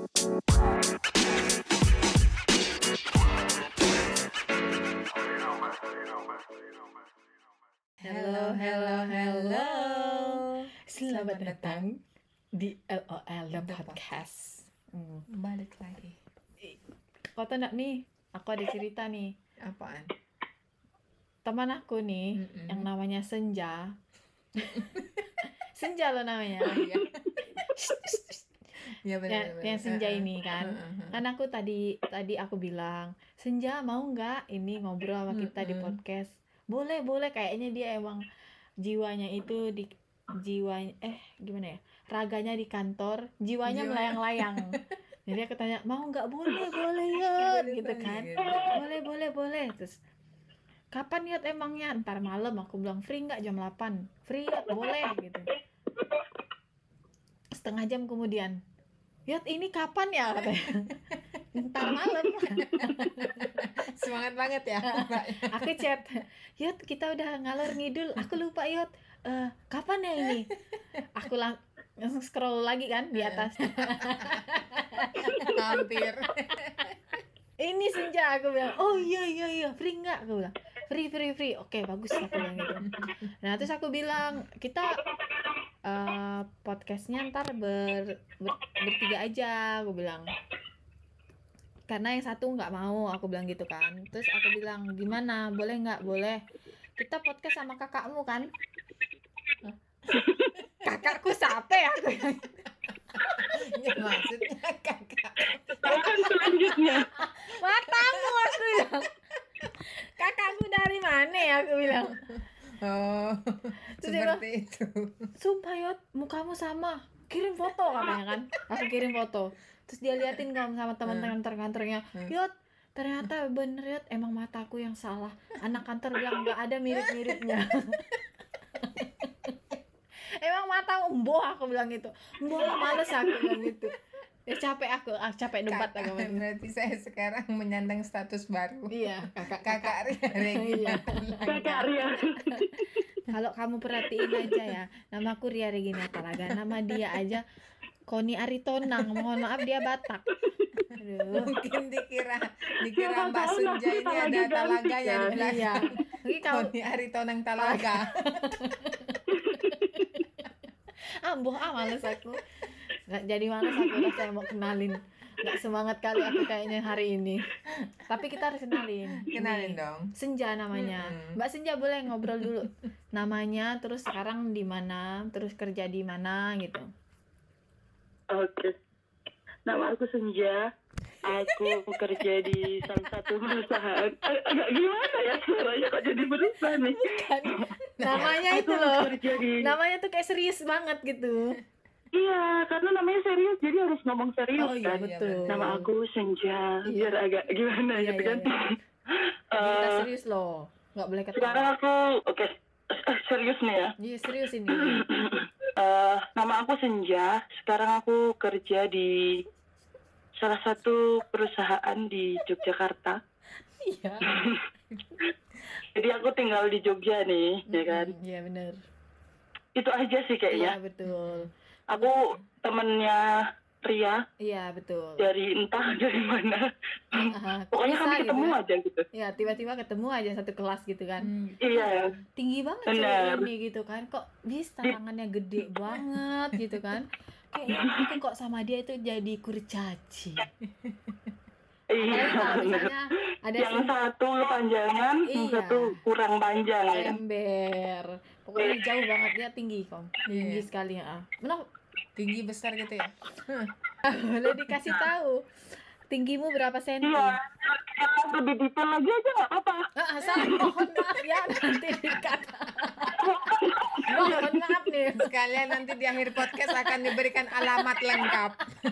Hello. Selamat datang di LOL The Podcast. Balik lagi. Kau tahu nak nih? Aku ada cerita nih. Apaan? Teman aku nih, yang namanya Senja. Senja loh namanya. Iya benar. Yang Senja ini kan. Kan aku tadi aku bilang, Senja mau nggak ini ngobrol sama kita di podcast? Boleh. Kayaknya dia emang jiwanya itu gimana ya? Raganya di kantor, jiwanya melayang-layang. Jadi aku tanya, mau nggak? Boleh ya, gitu kan. Boleh. Terus, kapan Yot emangnya? Ntar malam. Aku bilang, free nggak jam 8? Free Yot, boleh gitu. Setengah jam kemudian, Yot ini kapan ya? Katanya. Ntar malam. Semangat banget ya. Aku chat, Yot kita udah ngalor ngidul, aku lupa Yot, kapan ya ini? Aku langsung scroll lagi kan di atas. Hampir. Ini Senja, aku bilang, oh iya, free nggak? Aku bilang, free. Oke, bagus, aku bilang gitu. Nah terus aku bilang, kita podcastnya ntar bertiga aja, aku bilang. Karena yang satu nggak mau, aku bilang gitu kan. Terus aku bilang, gimana? Boleh nggak? Boleh. Kita podcast sama kakakmu kan? Kakakku siapa ya? Aku bilang. Ya maksudnya kakak. Kan selanjutnya. Matamu, aku bilang. Kakakku dari mana ya? Aku bilang. Oh, Terus dia seperti itu. Sumpah Yot, mukamu sama. Kirim foto katanya kan. Aku kirim foto. Terus dia liatin kan sama teman-teman kantornya. Yot, ternyata bener Yot, emang mataku yang salah. Anak kantor bilang nggak ada mirip-miripnya. Emang matamu emboh, aku bilang gitu. Emboh, males aku bilang gitu. Ya capek debat Kakak, agak. berarti saya sekarang menyandang status baru. Iya, Kakak Regina. Kakak Ria. Kalau kamu perhatiin aja ya, namaku Ria Regina Talaga, nama dia aja Koni Aritonang, mohon maaf dia Batak. Aduh. Mungkin dikira Mbak Sunja ini ada talaga ya di belakang. Iya. Lagi kamu Tony Aritonang Talaga. ambuh males aku. Nggak jadi males aku udah saya mau kenalin. Nggak semangat kali aku kayaknya hari ini. Tapi kita harus kenalin. Kenalin Nih, dong. Senja namanya. Mbak Senja boleh ngobrol dulu. Namanya, terus sekarang di mana, terus kerja di mana gitu. Oke. Nama aku Senja. Aku bekerja di salah satu perusahaan. Agak gimana ya suaranya kok jadi berubah nih. Namanya Aku itu loh. bekerja di. Namanya tuh kayak serius banget gitu. Iya, karena namanya serius, jadi harus ngomong serius Oh iya kan. betul. Nama aku Senja. Iya. Biar agak gimana Iya, gitu kan. Kita serius loh. Nggak boleh Sekarang ketawa. aku serius nih ya. Iya serius ini. Nama aku Senja. Sekarang aku kerja di salah satu perusahaan di Yogyakarta. Iya. Jadi aku tinggal di Jogja nih, ya kan. Iya benar. Itu aja sih Iya kayaknya. betul. Aku temennya Ria Iya betul. dari entah dari mana. Pokoknya Bisa kami ketemu gitu. aja gitu. Ya tiba-tiba ketemu aja satu kelas gitu kan. Iya. Tinggi banget Benar. cewek ini gitu kan. Kok bisa tangannya gede banget gitu kan. Kayaknya aku kok sama dia itu jadi kurcaci. Iya. Kalau benar. misalnya ada Yang satu panjangan, yang Iya. satu kurang panjang ya. ember. Pokoknya jauh banget, dia tinggi kok. Tinggi Iya. sekali ya. Mana Tinggi besar gitu ya. boleh dikasih tahu tinggimu berapa senti? Iya. Yang lebih detail lagi aja nggak apa-apa. Salah, mohon maaf ya nanti dikata. Mohon maaf nih. Sekalian nanti di akhir podcast akan diberikan alamat lengkap.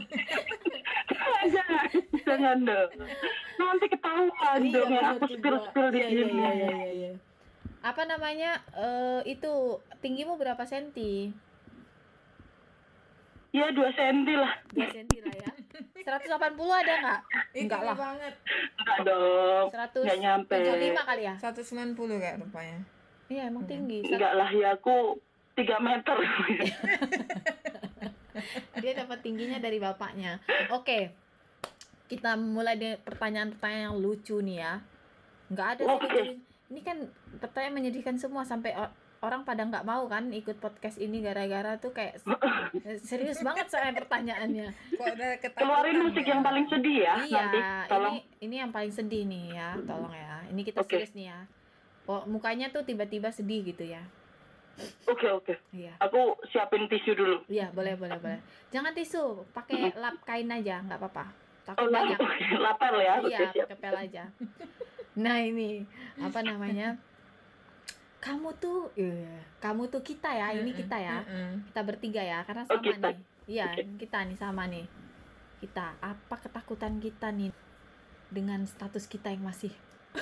Jangan dong. Nanti ketahuan dong yang benar aku juga. spill di sini. Iya. Apa namanya? Itu tinggimu berapa senti? Ya 2 senti lah. 2 senti lah ya. 180 ada nggak? Ih, Enggak tinggi lah. banget. Enggak dong. Nggak nyampe. 175 kali ya? 190 kayak rupanya. Iya emang tinggi. Enggak lah ya, aku 3 meter. Dia dapat tingginya dari bapaknya. Oke, kita mulai dari pertanyaan-pertanyaan yang lucu nih ya. Nggak ada sih Oke. lucu. Ini kan pertanyaan menyedihkan semua sampai orang pada nggak mau kan ikut podcast ini gara-gara tuh kayak serius banget soalnya pertanyaannya. Kok ada ketakutan Keluarin musik ya? yang paling sedih ya Iya, nanti. Tolong. ini yang paling sedih nih ya, tolong ya. Ini kita Oke. serius nih ya. Oh, mukanya tuh tiba-tiba sedih gitu ya. Oke. Iya. Aku siapin tisu dulu. Iya, boleh. Jangan tisu, pakai lap kain aja, nggak apa-apa. Takut Oh, banyak. lapar ya. Oke, Iya, siap. pakai pel aja. Nah, ini apa namanya? Kamu tuh kita ya, ini kita ya. Kita bertiga ya, karena sama Oke, nih. Iya, Oke. kita nih sama nih. Kita, apa ketakutan kita nih dengan status kita yang masih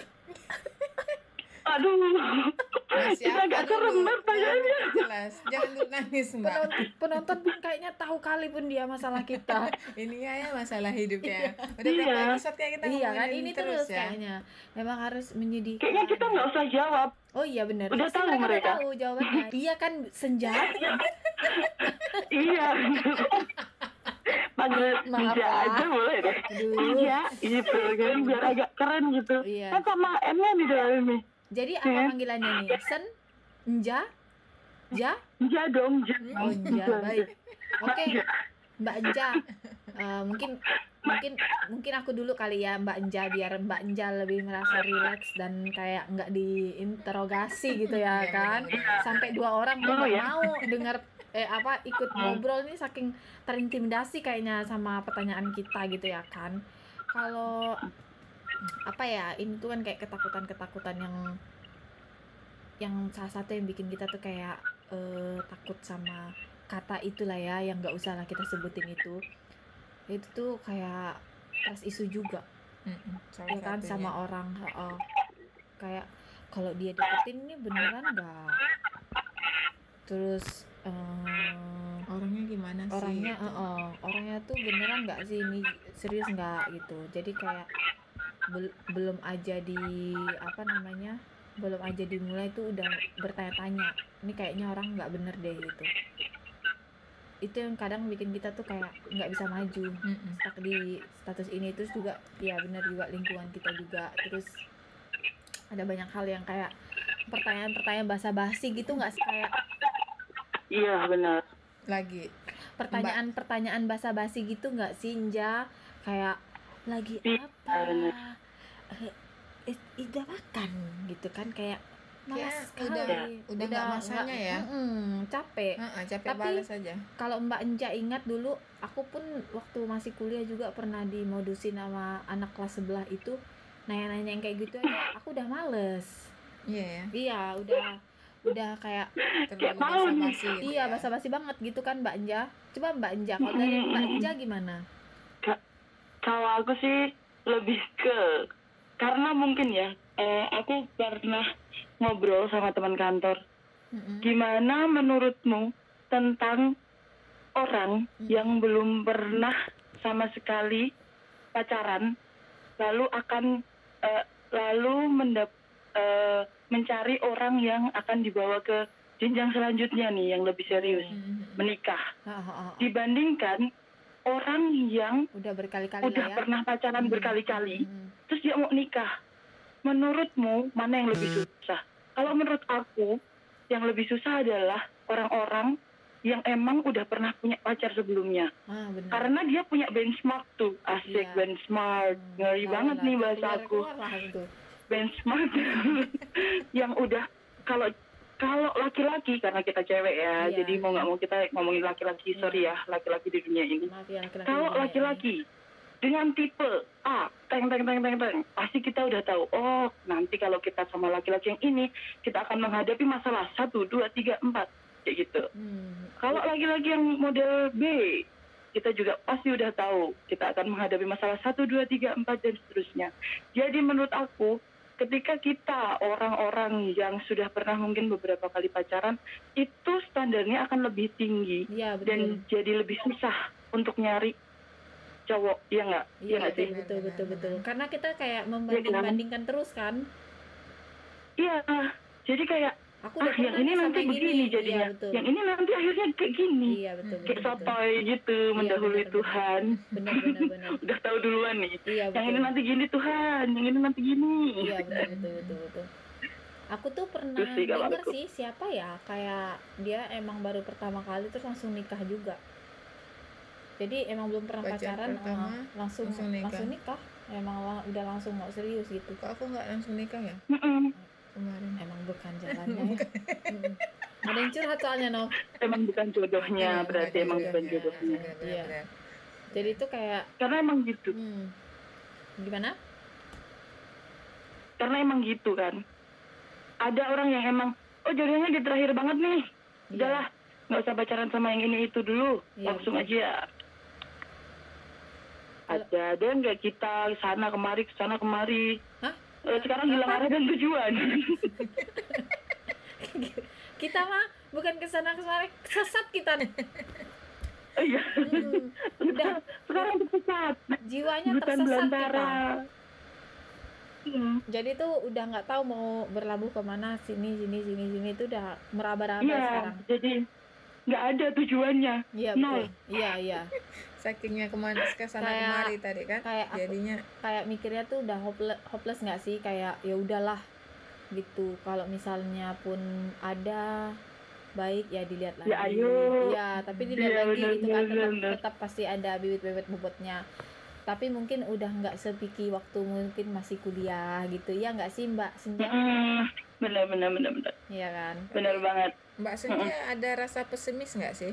Aduh. Masih Kita apa agak dulu? serem banget pertanyaannya. Jelas, jangan dulu nangis mbak. penonton pun kayaknya tahu kali pun dia masalah kita. Ini ya masalah hidup ya. Udah Iya. berapa episode kayak kita Iya kan, ngomongin ini terus kayaknya memang harus menyedihkan. Kayaknya kita nggak usah jawab. Oh iya benar. Udah Pasti tahu udah mereka. tahu jawabannya. Iya kan senja. Iya. Panggil Maaf Ninja ya. aja boleh deh. Aduh. Iya, gitu kan biar agak keren gitu. Iya. Kan sama M-nya di dalam nih. Jadi apa panggilannya nih? Sen, Nja, Ja? Ja dong, Ja. Oh Nja, baik. Oke, Mbak Nja. Mungkin aku dulu kali ya Mbak Nja, biar Mbak Nja lebih merasa rileks dan kayak nggak diinterogasi gitu ya Iya, kan. benar-benar. Sampai 2 orang tuh Oh, nggak ya. mau dengar ikut ngobrol nih, saking terintimidasi kayaknya sama pertanyaan kita gitu ya kan. Kalau apa ya, ini tuh kan kayak ketakutan yang salah satu yang bikin kita tuh kayak takut sama kata itulah ya, yang nggak usah lah kita sebutin itu tuh kayak trust issue juga Salah ya kan, satunya. sama orang. Kayak kalau dia deketin ini beneran nggak, terus Orangnya gimana sih? orangnya tuh beneran nggak sih, ini serius nggak gitu. Jadi kayak belum aja dimulai tuh udah bertanya-tanya, ini kayaknya orang nggak bener deh gitu. Itu yang kadang bikin kita tuh kayak nggak bisa maju, stuck di status ini. Terus juga ya bener juga lingkungan kita juga, terus ada banyak hal yang kayak pertanyaan-pertanyaan basa-basi gitu nggak sih, kayak Iya, benar. Lagi. pertanyaan basa-basi gitu nggak sih Nja, kayak lagi Iya, apa, bener. udah makan gitu kan, kayak malas Kayak sekali, udah nggak masanya ya. capek. Capek Tapi balas aja. Kalau Mbak Nja ingat dulu, aku pun waktu masih kuliah juga pernah dimodusin sama anak kelas sebelah itu, nanya-nanya yang kayak gitu aja aku udah males. Iya ya. Iya, udah kayak Terlalu tahu nih. basa-basi gitu iya ya. basa-basi banget gitu kan Mbak Nja. Coba Mbak Nja, kalau dari Mbak Nja gimana? Kalau aku sih lebih ke, karena mungkin ya, aku pernah ngobrol sama teman kantor. Gimana menurutmu tentang orang yang belum pernah sama sekali pacaran, lalu mencari orang yang akan dibawa ke jenjang selanjutnya nih, yang lebih serius, menikah, dibandingkan orang yang Udah berkali-kali udah lah ya. pernah pacaran berkali-kali, terus dia mau nikah. Menurutmu mana yang lebih susah? Kalau menurut aku, yang lebih susah adalah orang-orang yang emang udah pernah punya pacar sebelumnya. Benar. Karena dia punya benchmark tuh, asik. Iya. Benchmark, ngeri Tahu banget lah, nih tuh bahasa aku. keluar lah tuh. Benchmark yang udah, kalau laki-laki, karena kita cewek ya, Iya. jadi mau nggak mau kita ngomongin laki-laki, sorry ya, laki-laki di dunia ini. Maaf ya, laki-laki Kalau dunia laki-laki dengan tipe A, pasti kita udah tahu, oh nanti kalau kita sama laki-laki yang ini, kita akan menghadapi masalah 1, 2, 3, 4, kayak gitu. ini. Kalau laki-laki yang model B, kita juga pasti udah tahu, kita akan menghadapi masalah 1, 2, 3, 4, dan seterusnya. Jadi menurut aku, ketika kita orang-orang yang sudah pernah mungkin beberapa kali pacaran, itu standarnya akan lebih tinggi. Iya, betul. Dan jadi lebih susah untuk nyari cowok, iya nggak? Iya nggak sih? betul. Karena kita kayak membanding-bandingkan terus kan. Iya, jadi kayak Aku udah yang pernah ini nih sama nanti yang begini ini. jadinya, Iya betul. yang ini nanti akhirnya kayak gini, Iya betul kayak betul betul. sotoy gitu, mendahului benar, Tuhan. Benar. Udah tahu duluan nih, Iya yang ini betul. nanti gini Tuhan, yang ini nanti gini. Iya betul. Aku tuh pernah Terus sih kalau denger aku. sih siapa ya, kayak dia emang baru pertama kali terus langsung nikah juga. Jadi emang belum pernah Pacar pacaran, pertama, langsung langsung nikah. Emang udah langsung mau serius gitu. Kok aku nggak langsung nikah ya Mm-mm. kemarin? Emang bukan jalannya ya. Ada yang curhat soalnya Nov. Emang bukan jodohnya, berarti emang bukan jodohnya. Iya. Benar. Jadi itu kayak Karena emang gitu, gimana? karena emang gitu kan. Ada orang yang emang, oh jodohnya di terakhir banget nih, udahlah nggak usah pacaran sama yang ini itu dulu, Iya, langsung betul. aja. Ada yang kayak kita sana kemari. Hah? Sekarang hilang arah dan tujuan. Kita mah bukan kesana sesat kita. Iya. Udah Sekarang tersesat. jiwanya Hutan tersesat belantara. kita. Jadi tuh udah nggak tahu mau berlabuh kemana, sini itu udah meraba-raba Iya, sekarang. jadi nggak ada tujuannya. Iya Nol. betul. Iya. Sakingnya kemana kesana Kayak- kemari tadi kan, kayak aku- jadinya Kayak mikirnya tuh udah hopeless nggak sih, kayak ya udahlah gitu. Kalau misalnya pun ada baik ya dilihat lagi. Ya, ayo. Iya, tapi dilihat Iya, lagi gitu kan, benar. tetap pasti ada bibit-bibit bobotnya. Tapi mungkin udah nggak sepiki waktu mungkin masih kuliah gitu ya, nggak sih Mbak Senja? Benar. Iya kan? Benar banget. Mbak Senja ada rasa pesimis nggak sih?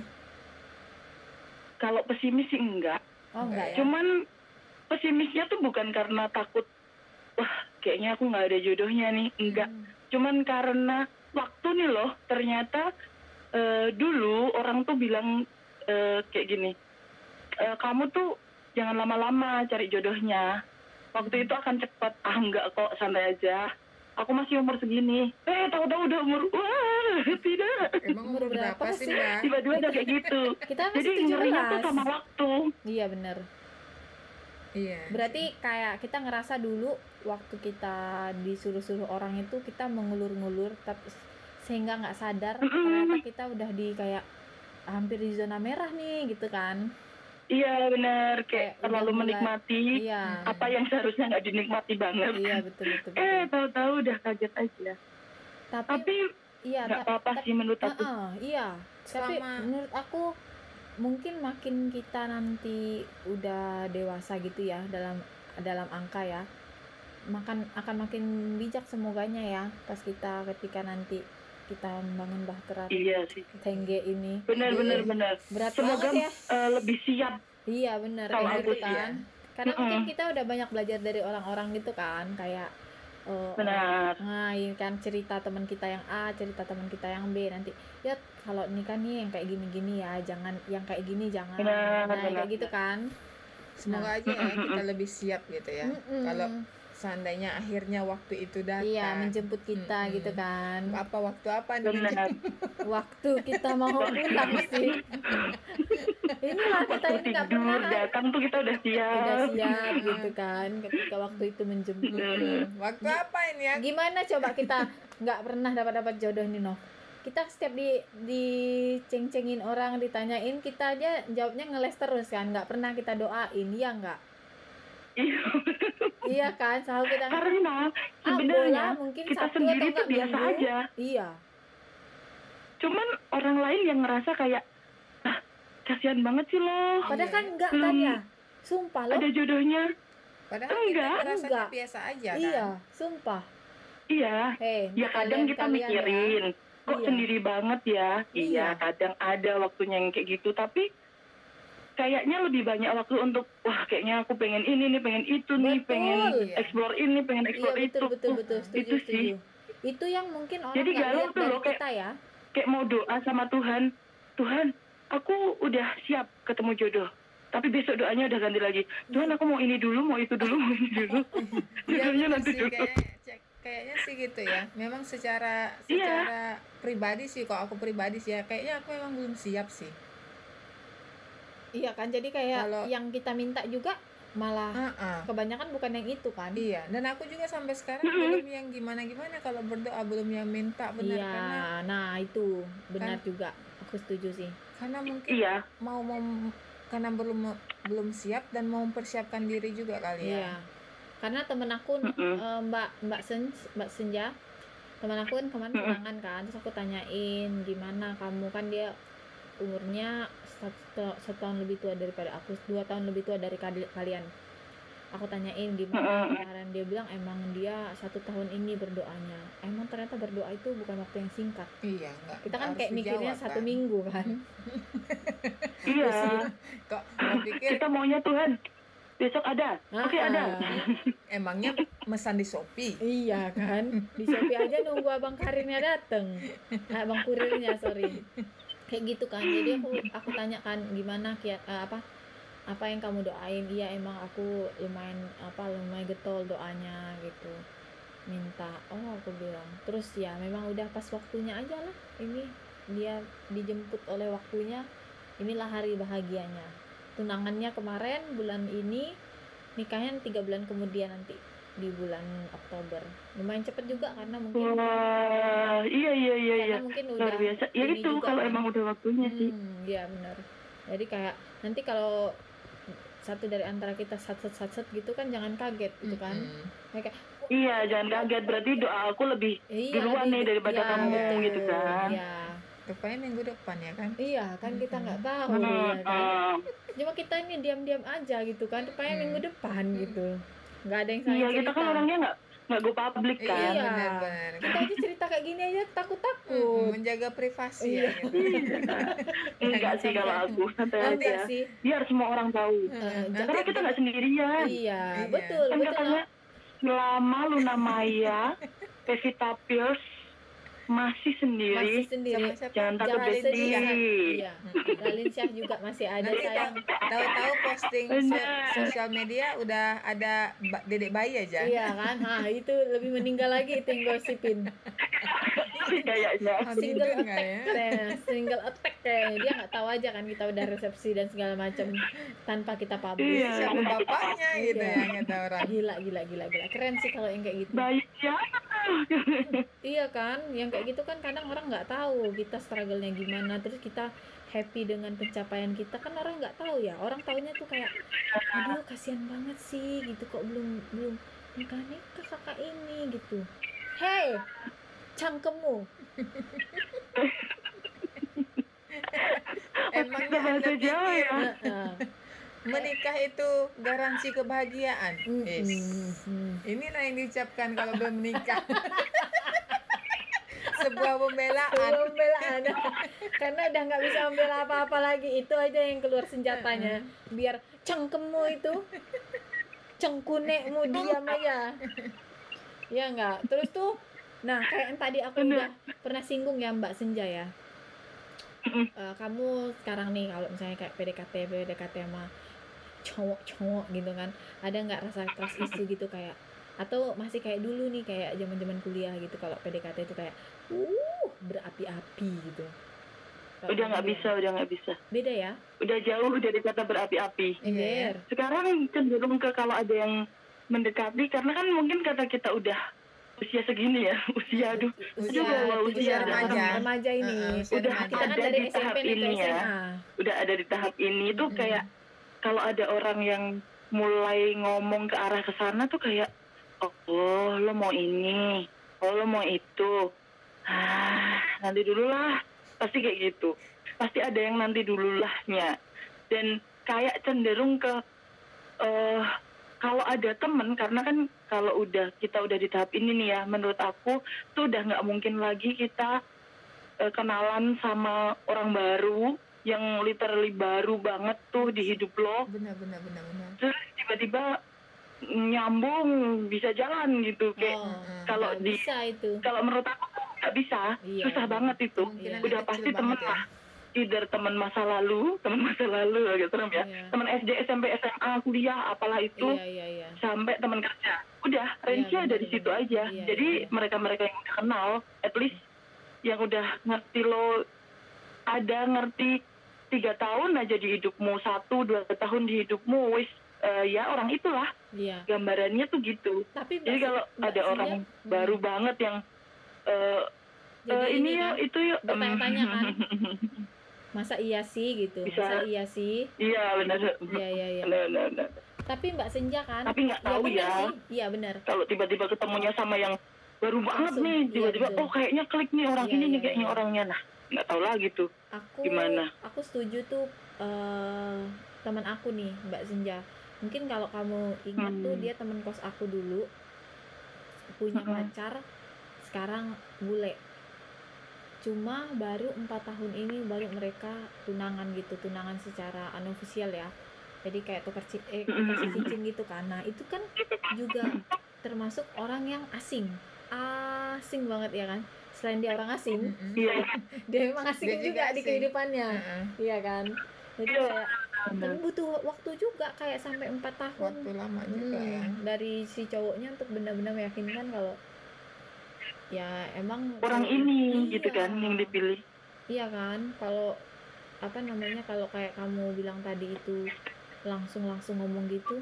Kalau pesimis sih enggak. Oh enggak ya? Cuman pesimisnya tuh bukan karena takut, wah kayaknya aku nggak ada jodohnya nih. Enggak. Cuman karena waktu nih loh, ternyata dulu orang tuh bilang kayak gini, kamu tuh jangan lama-lama cari jodohnya. Waktu itu akan cepat. Enggak kok, santai aja. Aku masih umur segini. Tahu-tahu udah umur, wah tidak. Emang umur berapa sih Mbak? Tiba-tiba udah kayak gitu. Kita Jadi masih ngerinya tuh 17. sama waktu. Iya bener. Iya. Berarti kayak kita ngerasa dulu waktu kita disuruh-suruh orang itu kita mengulur-ngulur, tapi sehingga nggak sadar ternyata kita udah di kayak hampir di zona merah nih gitu kan. Iya benar, kayak Kayak terlalu udah mulai- menikmati Iya. apa yang seharusnya nggak dinikmati banget. Iya betul. Tahu-tahu udah kaget aja. Tapi iya nggak apa-apa sih menurut aku. iya. Tapi Selama- menurut aku mungkin makin kita nanti udah dewasa gitu ya, dalam angka ya, akan makin bijak semoganya ya pas ketika nanti kita membangun bahtera Iya sih. Tengge ini. Benar. Berat Semoga banget ya. lebih siap. Iya benar Kalau kayak aku gitu sih kan. Karena Mm-mm. mungkin kita udah banyak belajar dari orang-orang gitu kan, kayak Benar. nah ini kan cerita teman kita yang A, cerita teman kita yang B, nanti ya kalau nikah nih yang kayak gini-gini ya, jangan yang kayak gini jangan. Benar. Kayak gitu kan. Semoga aja ya kita lebih siap gitu ya. Mm-mm. Kalau seandainya akhirnya waktu itu datang. Iya, menjemput kita gitu kan. Apa waktu apa nih? Benar. Waktu kita mau pulang sih. Inilah kita Waktu ini nggak tidur pernah datang tuh kita udah siap. udah siap gitu kan ketika waktu itu menjemput. Waktu apa ini ya? Gimana coba kita nggak pernah dapat jodoh nih Nov? Kita setiap di ceng-cengin orang, ditanyain, kita aja jawabnya ngeles terus kan, nggak pernah kita doain, ya nggak? Iya. Iya kan, selalu kita Karena sebenarnya bola mungkin kita Sabtu sendiri atau tuh nggak biasa Minggu. aja. Iya, Cuman orang lain yang ngerasa kayak, kasihan banget sih lo. padahal kan enggak kan Belum ya, sumpah loh. ada jodohnya. Padahal Enggak. kita rasanya Enggak. biasa aja kan. Iya, sumpah. Iya. Hei, Ya kadang kita mikirin, kok Iya. sendiri banget ya. Iya. Iya, kadang ada waktunya yang kayak gitu. Tapi kayaknya lebih banyak waktu untuk, wah kayaknya aku pengen ini nih, pengen itu nih, Betul. pengen Iya. explore ini, pengen Iya explore itu. betul, setuju, itu sih. Itu yang mungkin orang Jadi nggak galau lihat tuh dari loh, kayak- kita ya. Kayak mau doa sama Tuhan, Tuhan, aku udah siap ketemu jodoh. Tapi besok doanya udah ganti lagi. Tuhan, aku mau ini dulu, mau itu dulu, mau ini dulu. Iya Jodohnya bener nanti sih, dulu. kayaknya sih gitu ya. Memang secara Iya. pribadi sih, kok aku pribadi sih ya, kayaknya aku memang belum siap sih. Iya kan, jadi kayak Kalau- yang kita minta juga malah Heeh. kebanyakan bukan yang itu kan. Iya, dan aku juga sampai sekarang belum yang gimana-gimana kalau berdoa, belum yang minta benar, Iya, karena nah itu benar juga, aku setuju sih. mungkin Iya. mau karena belum siap dan mau mempersiapkan diri juga kali Iya, ya. karena temen aku Mbak Senja, teman aku kan kemarin tunangan kan, terus aku tanyain gimana kamu, kan dia umurnya setahun lebih tua daripada aku, 2 tahun lebih tua dari kalian. Aku tanyain gimana kemarin, dia bilang emang dia 1 tahun ini berdoanya. Emang ternyata berdoa itu bukan waktu yang singkat. Iya, enggak. Kita kan harus kayak mikirnya dijawab, 1 minggu kan. Iya. Kok pikir Kita maunya Tuhan besok ada. Oke, ada. emangnya mesan di Shopee? Iya kan, di Shopee aja nunggu abang karirnya dateng, abang kurirnya sorry, kayak gitu kan. Jadi aku tanya kan gimana apa yang kamu doain. Iya emang aku lumayan getol doanya gitu, minta. Oh aku bilang, terus ya memang udah pas waktunya aja lah, ini dia dijemput oleh waktunya, inilah hari bahagianya. Tunangannya kemarin bulan ini, nikahnya 3 bulan kemudian nanti di bulan Oktober. Lumayan cepet juga karena mungkin Wah, iya. karena mungkin Luar udah biasa. Ya ini itu juga kalau kan. emang udah waktunya sih. Iya benar. Jadi kayak nanti kalau satu dari antara kita satset gitu kan jangan kaget gitu kan. Kayak Iya, jangan kaget, berarti doa aku lebih duluan nih daripada kamu gitu kan. Iya. Rupanya minggu depan ya kan? Iya kan kita nggak tahu ya kan. Cuma kita ini diam-diam aja gitu kan, rupanya minggu depan gitu. Nggak ada yang saling Iya, cerita. kita kan orangnya nggak go public kan. Iya, Iya. benar-benar. Kita aja cerita kayak gini aja takut-takut. Menjaga privasi ya gitu. Enggak sih kalau aku, santai Enggak aja. sih. Biar semua orang tahu. Karena kita nggak sendirian. Iya, Iya. betul, Kan betul. katanya selama Luna Maya, Pevita Pierce masih sendiri. Sama siapa? Jangan takut Jangan sedih. Besti. Iya. Dalin Syah juga masih ada Nanti sayang. tahu-tahu posting Benar. sosial media udah ada dedek bayi aja. Iya kan? Itu lebih meninggal lagi itu yang gosipin. Kayaknya. Single Hamidun nggak attack, ya? single attack kayaknya. Dia nggak tahu aja kan kita udah resepsi dan segala macam tanpa kita publish. Iya. Siapa bapaknya gitu Iya. ya kata orang. Gila. Keren sih kalau yang kayak gitu. Bayi siapa? Iya kan, yang kayak gitu kan kadang orang nggak tahu kita struggle-nya gimana, terus kita happy dengan pencapaian kita kan orang nggak tahu ya. Orang taunya tuh kayak, aduh kasihan banget sih gitu, kok belum nikah kakak ini gitu. Hey, cangkemmu. Emangnya Bahasa Anda Jawa pikir ya. menikah itu garansi kebahagiaan? Yes. Inilah yang diucapkan kalau belum menikah. Sebuah pembelaan. Karena udah nggak bisa membela apa-apa lagi, itu aja yang keluar senjatanya. Biar cangkemmu itu, cengkunekmu diam aja. Ya nggak. Terus tuh, nah kayak yang tadi aku udah pernah singgung ya Mbak Senja ya. Kamu sekarang nih kalau misalnya kayak PDKT sama cowok gitu kan, ada nggak rasa trust issue gitu kayak, atau masih kayak dulu nih kayak zaman kuliah gitu, kalau PDKT itu kayak berapi-api gitu? Udah nggak bisa. Beda ya? Udah jauh dari kata berapi-api. Iya. Sekarang cenderung ke kalau ada yang mendekati, karena kan mungkin kata kita udah usia segini ya, usia remaja ini. Udah Kita kan ada dari di tahap SMP ini ke SMA. ya. Udah ada di tahap ini tuh kayak kalau ada orang yang mulai ngomong ke arah ke sana tuh kayak, oh lo mau ini, oh lo mau itu, nanti dulu lah, pasti kayak gitu, pasti ada yang nanti dulu lahnya. Dan kayak cenderung ke kalau ada temen, karena kan kalau kita udah di tahap ini nih ya, menurut aku tuh udah nggak mungkin lagi kita kenalan sama orang baru yang literally baru banget tuh di hidup lo. Benar. Terus tiba-tiba nyambung bisa jalan gitu kayak kalau bisa itu. Kalau menurut aku nggak bisa, susah banget itu. Udah pasti temen lah. Either teman masa lalu agak serem ya. Teman SD, SMP, SMA, kuliah, apalah itu, sampai teman kerja. Udah, range-nya ada di situ aja. Jadi mereka-mereka yang udah kenal, at least yang udah ngerti lo, ngerti 3 tahun aja di hidupmu, 1-2 tahun di hidupmu, wis ya orang itulah Iya. gambarannya tuh gitu. Tapi Jadi kalau Mbak ada Sinja, orang baru banget yang jadi ini kan, yuk itu yuk bertanya-tanya kan, masa iya sih gitu, Bisa. masa iya sih, iya benar. iya. Benar. Tapi Mbak Senja kan, Tapi nggak tahu bener ya. sih, iya benar. Kalau tiba-tiba ketemunya sama yang baru banget Langsung, nih, iya, tiba-tiba betul. oh kayaknya klik nih orang Iya, ini nih iya, kayaknya iya. orangnya, nah nggak tahu lagi tuh gimana. Aku setuju tuh, teman aku nih Mbak Senja. Mungkin kalau kamu ingat tuh dia teman kos aku dulu, punya pacar, sekarang bule. Cuma baru 4 tahun ini baru mereka tunangan gitu, tunangan secara unofficial ya. Jadi kayak dikasih cincin gitu kan. Nah itu kan juga termasuk orang yang asing banget ya kan. Selain dia orang asing, dia memang asing Dia juga di asing. kehidupannya, iya kan. Jadi kayak tapi butuh waktu juga kayak sampai 4 tahun. Waktu lama juga ya. Dari si cowoknya untuk benar-benar meyakinkan kalau ya emang Orang ini gitu iya. kan yang dipilih. Iya kan, kalau apa namanya, kalau kayak kamu bilang tadi itu langsung ngomong gitu,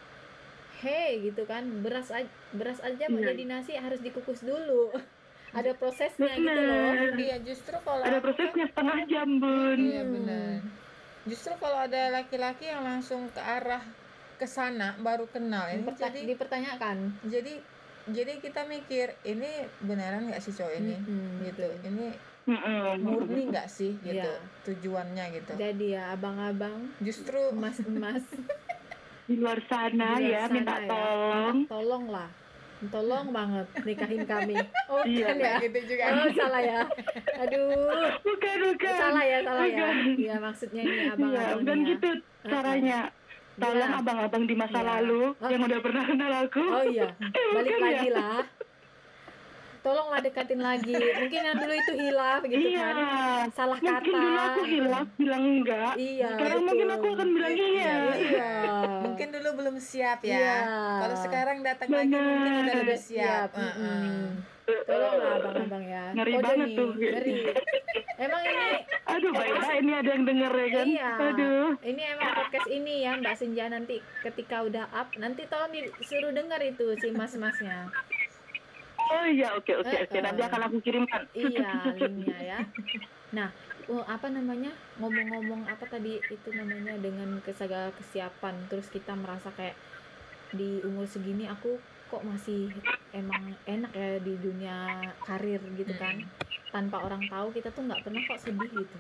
hey gitu kan, beras aja mau jadi nasi harus dikukus dulu. Ada prosesnya gitu loh. Iya, justru kalau Ada aku prosesnya setengah jam bun. Iya benar. Justru kalau ada laki-laki yang langsung ke arah ke sana baru kenal ini Dipertanyakan. jadi kita mikir ini beneran nggak sih cowok ini gitu, ini murni nggak sih gitu, Iya. tujuannya gitu. Jadi ya abang-abang, Justru emas-emas Di luar sana di luar ya sana minta tolong. tolong lah, tolong banget nikahin kami. Oh Iya, bukan ya? gitu juga. Oh salah ya. Aduh. Bukan. Salah ya. Bukan. Iya maksudnya ini Iya, abang-abang bukan nih ya. gitu caranya. Tolong Iya. abang-abang di masa Iya. lalu yang udah pernah kenal aku. Oh iya, balik Bukan lagi ya? lah. Tolonglah dekatin lagi. Mungkin yang dulu itu hilaf gitu Iya. kan. Salah Mungkin kata. dulu aku hilaf bilang enggak. Iya. Sekarang mungkin aku akan bilang iya. Iya. Mungkin dulu belum siap ya. Iya. Kalau sekarang datang lagi mungkin udah lebih siap. Tolonglah abang-abang ya. Ngeri Kode banget nih, tuh. ngeri. Emang ini Aduh, baik-baik ini ada yang denger ya kan. iya. Aduh. Ini emang podcast ini ya Mbak Senja, nanti ketika udah up nanti tolong disuruh denger itu si mas-masnya. Oh iya, oke. Nanti akan aku kirimkan. Iya, linknya ya. Nah, apa namanya, ngomong-ngomong apa tadi itu namanya, dengan segala kesiapan, terus kita merasa kayak di umur segini aku kok masih emang enak ya di dunia karir gitu kan, tanpa orang tahu kita tuh nggak pernah kok sedih gitu,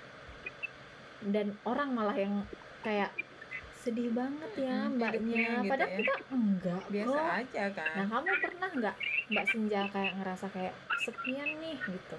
dan orang malah yang kayak sedih banget ya mbaknya, gitu padahal ya. kita enggak Biasa kok. aja kan. Nah, kamu pernah nggak Mbak Senja kayak ngerasa kayak kesepian nih gitu?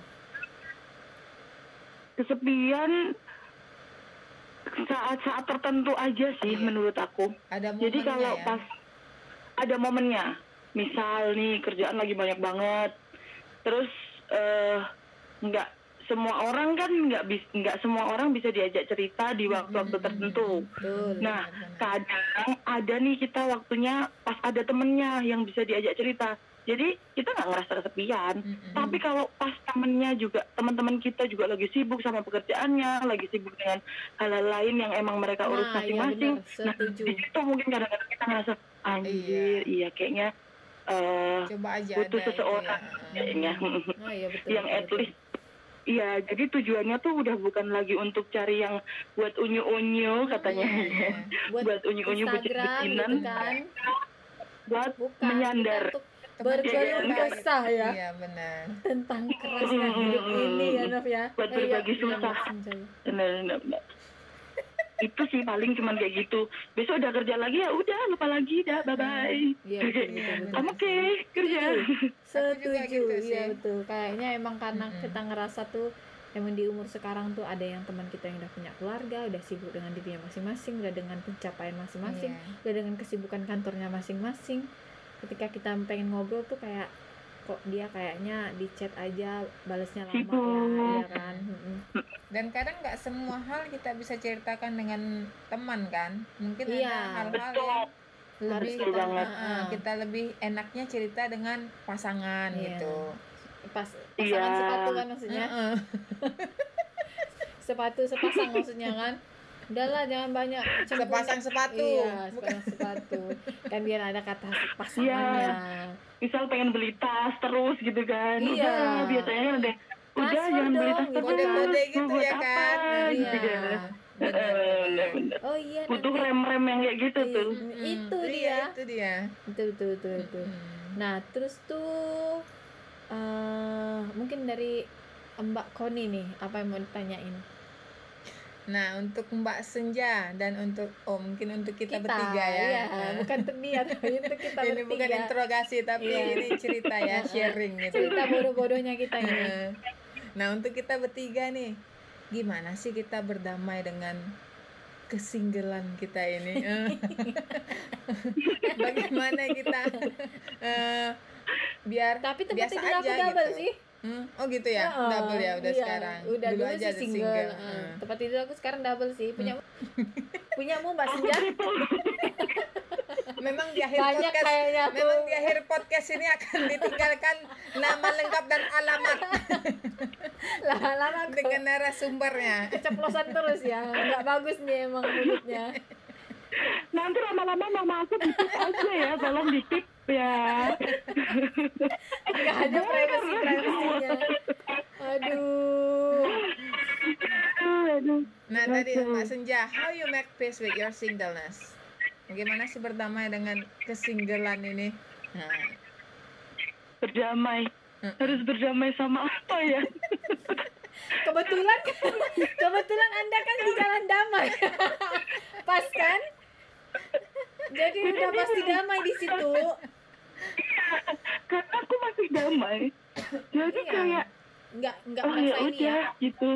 Kesepian saat-saat tertentu aja sih menurut aku. Ada Jadi momennya kalau ya. pas ada momennya, misal nih kerjaan lagi banyak banget, terus nggak semua orang kan nggak semua orang bisa diajak cerita di waktu-waktu tertentu. Betul. Nah, benar. kadang ada nih kita waktunya pas ada temennya yang bisa diajak cerita. Jadi kita nggak ngerasa kesepian. Tapi kalau pas temennya juga, teman-teman kita juga lagi sibuk sama pekerjaannya, lagi sibuk dengan hal-hal lain yang emang mereka urus Nah, iya masing-masing. benar, Nah, setuju. di situ mungkin kadang-kadang kita ngerasa anjir, iya kayaknya Coba aja butuh ada seseorang itu ya. kayaknya Oh iya betul. yang at least. Iya, jadi tujuannya tuh udah bukan lagi untuk cari yang buat unyu-unyu katanya. Iya. Buat unyu-unyu Instagram bucin-bucinan, gitu kan. buat Bukan, menyandar. kita untuk Teman berkeluh cerita kesah gitu. ya Iya benar. tentang kerasnya hidup ini ya Nov ya. Buat berbagi iya, susah. Mbak Senja. Benar. Itu sih paling cuman kayak gitu. Besok udah kerja lagi ya udah lupa lagi dah, bye bye. Iya betul. Oke, kerja. juga Setuju, gitu iya sih. betul. Kayaknya emang karena kita ngerasa tuh emang di umur sekarang tuh ada yang teman kita yang udah punya keluarga, udah sibuk dengan dirinya masing-masing, udah dengan pencapaian masing-masing, Iya. udah dengan kesibukan kantornya masing-masing. Ketika kita pengen ngobrol tuh kayak kok dia kayaknya di chat aja balesnya lama Sibuk. ya, iya kan. Dan kadang nggak semua hal kita bisa ceritakan dengan teman kan. Mungkin Iya. ada hal-hal yang Harus lebih kita banget. kita lebih enaknya cerita dengan pasangan Iya. gitu. pasangan Iya. sepatu kan maksudnya. Sepatu sepasang maksudnya kan. Udahlah jangan banyak cengkung. Sepasang sepatu. Iya, sepasang sepatu. Kan biar ada kata pasangannya. Misal pengen beli tas terus gitu kan. Iya. Udah, biasanya kan udah Transfer jangan beli dong, tas gitu. terus. Kode-kode gitu Buat ya apa, kan. gitu Iya. kan. Benar. Bener. Oh iya, Butuh nanti. rem-rem yang kayak gitu Iya. tuh. Itu Iya, dia. itu dia. Betul. Nah, terus tuh mungkin dari Mbak Koni nih, apa yang mau ditanyain? Nah, untuk Mbak Senja dan mungkin untuk kita bertiga ya. Iya, bukan untuk dia, tapi untuk kita Ini bertiga. bukan interogasi tapi Iya. ini cerita ya, sharing gitu. Cerita bodoh-bodohnya kita ini. Nah, untuk kita bertiga nih, gimana sih kita berdamai dengan kesinggelan kita ini? Bagaimana kita biar Tapi tempat biasa tidur aku aja double gitu. sih. Oh gitu ya, double ya udah Iya, sekarang. Udah Dulu dulu aja sih ada single. single. Tempat tidur aku sekarang double sih. Punyamu Mbak Senja? Memang di akhir Banyak podcast, kayaknya aku. memang di akhir podcast ini akan ditinggalkan nama lengkap dan alamat Lama-lama aku dengan narasumbernya. keceplosan terus ya. Nggak bagus nih emang mulutnya. Nanti lama-lama mama aku ditip aja ya, tolong ditip ya. Nggak ada privasinya. Aduh. Nah tadi Mbak Senja, how you make peace with your singleness? Bagaimana sih berdamai dengan kesinggelan ini? Nah, Berdamai. Harus berdamai sama apa ya? Kebetulan Anda kan di jalan damai. Pas kan? Jadi udah pasti damai di situ. Karena aku masih damai. Jadi Iya. kayak Enggak oh ya merasa ini ya. udah gitu.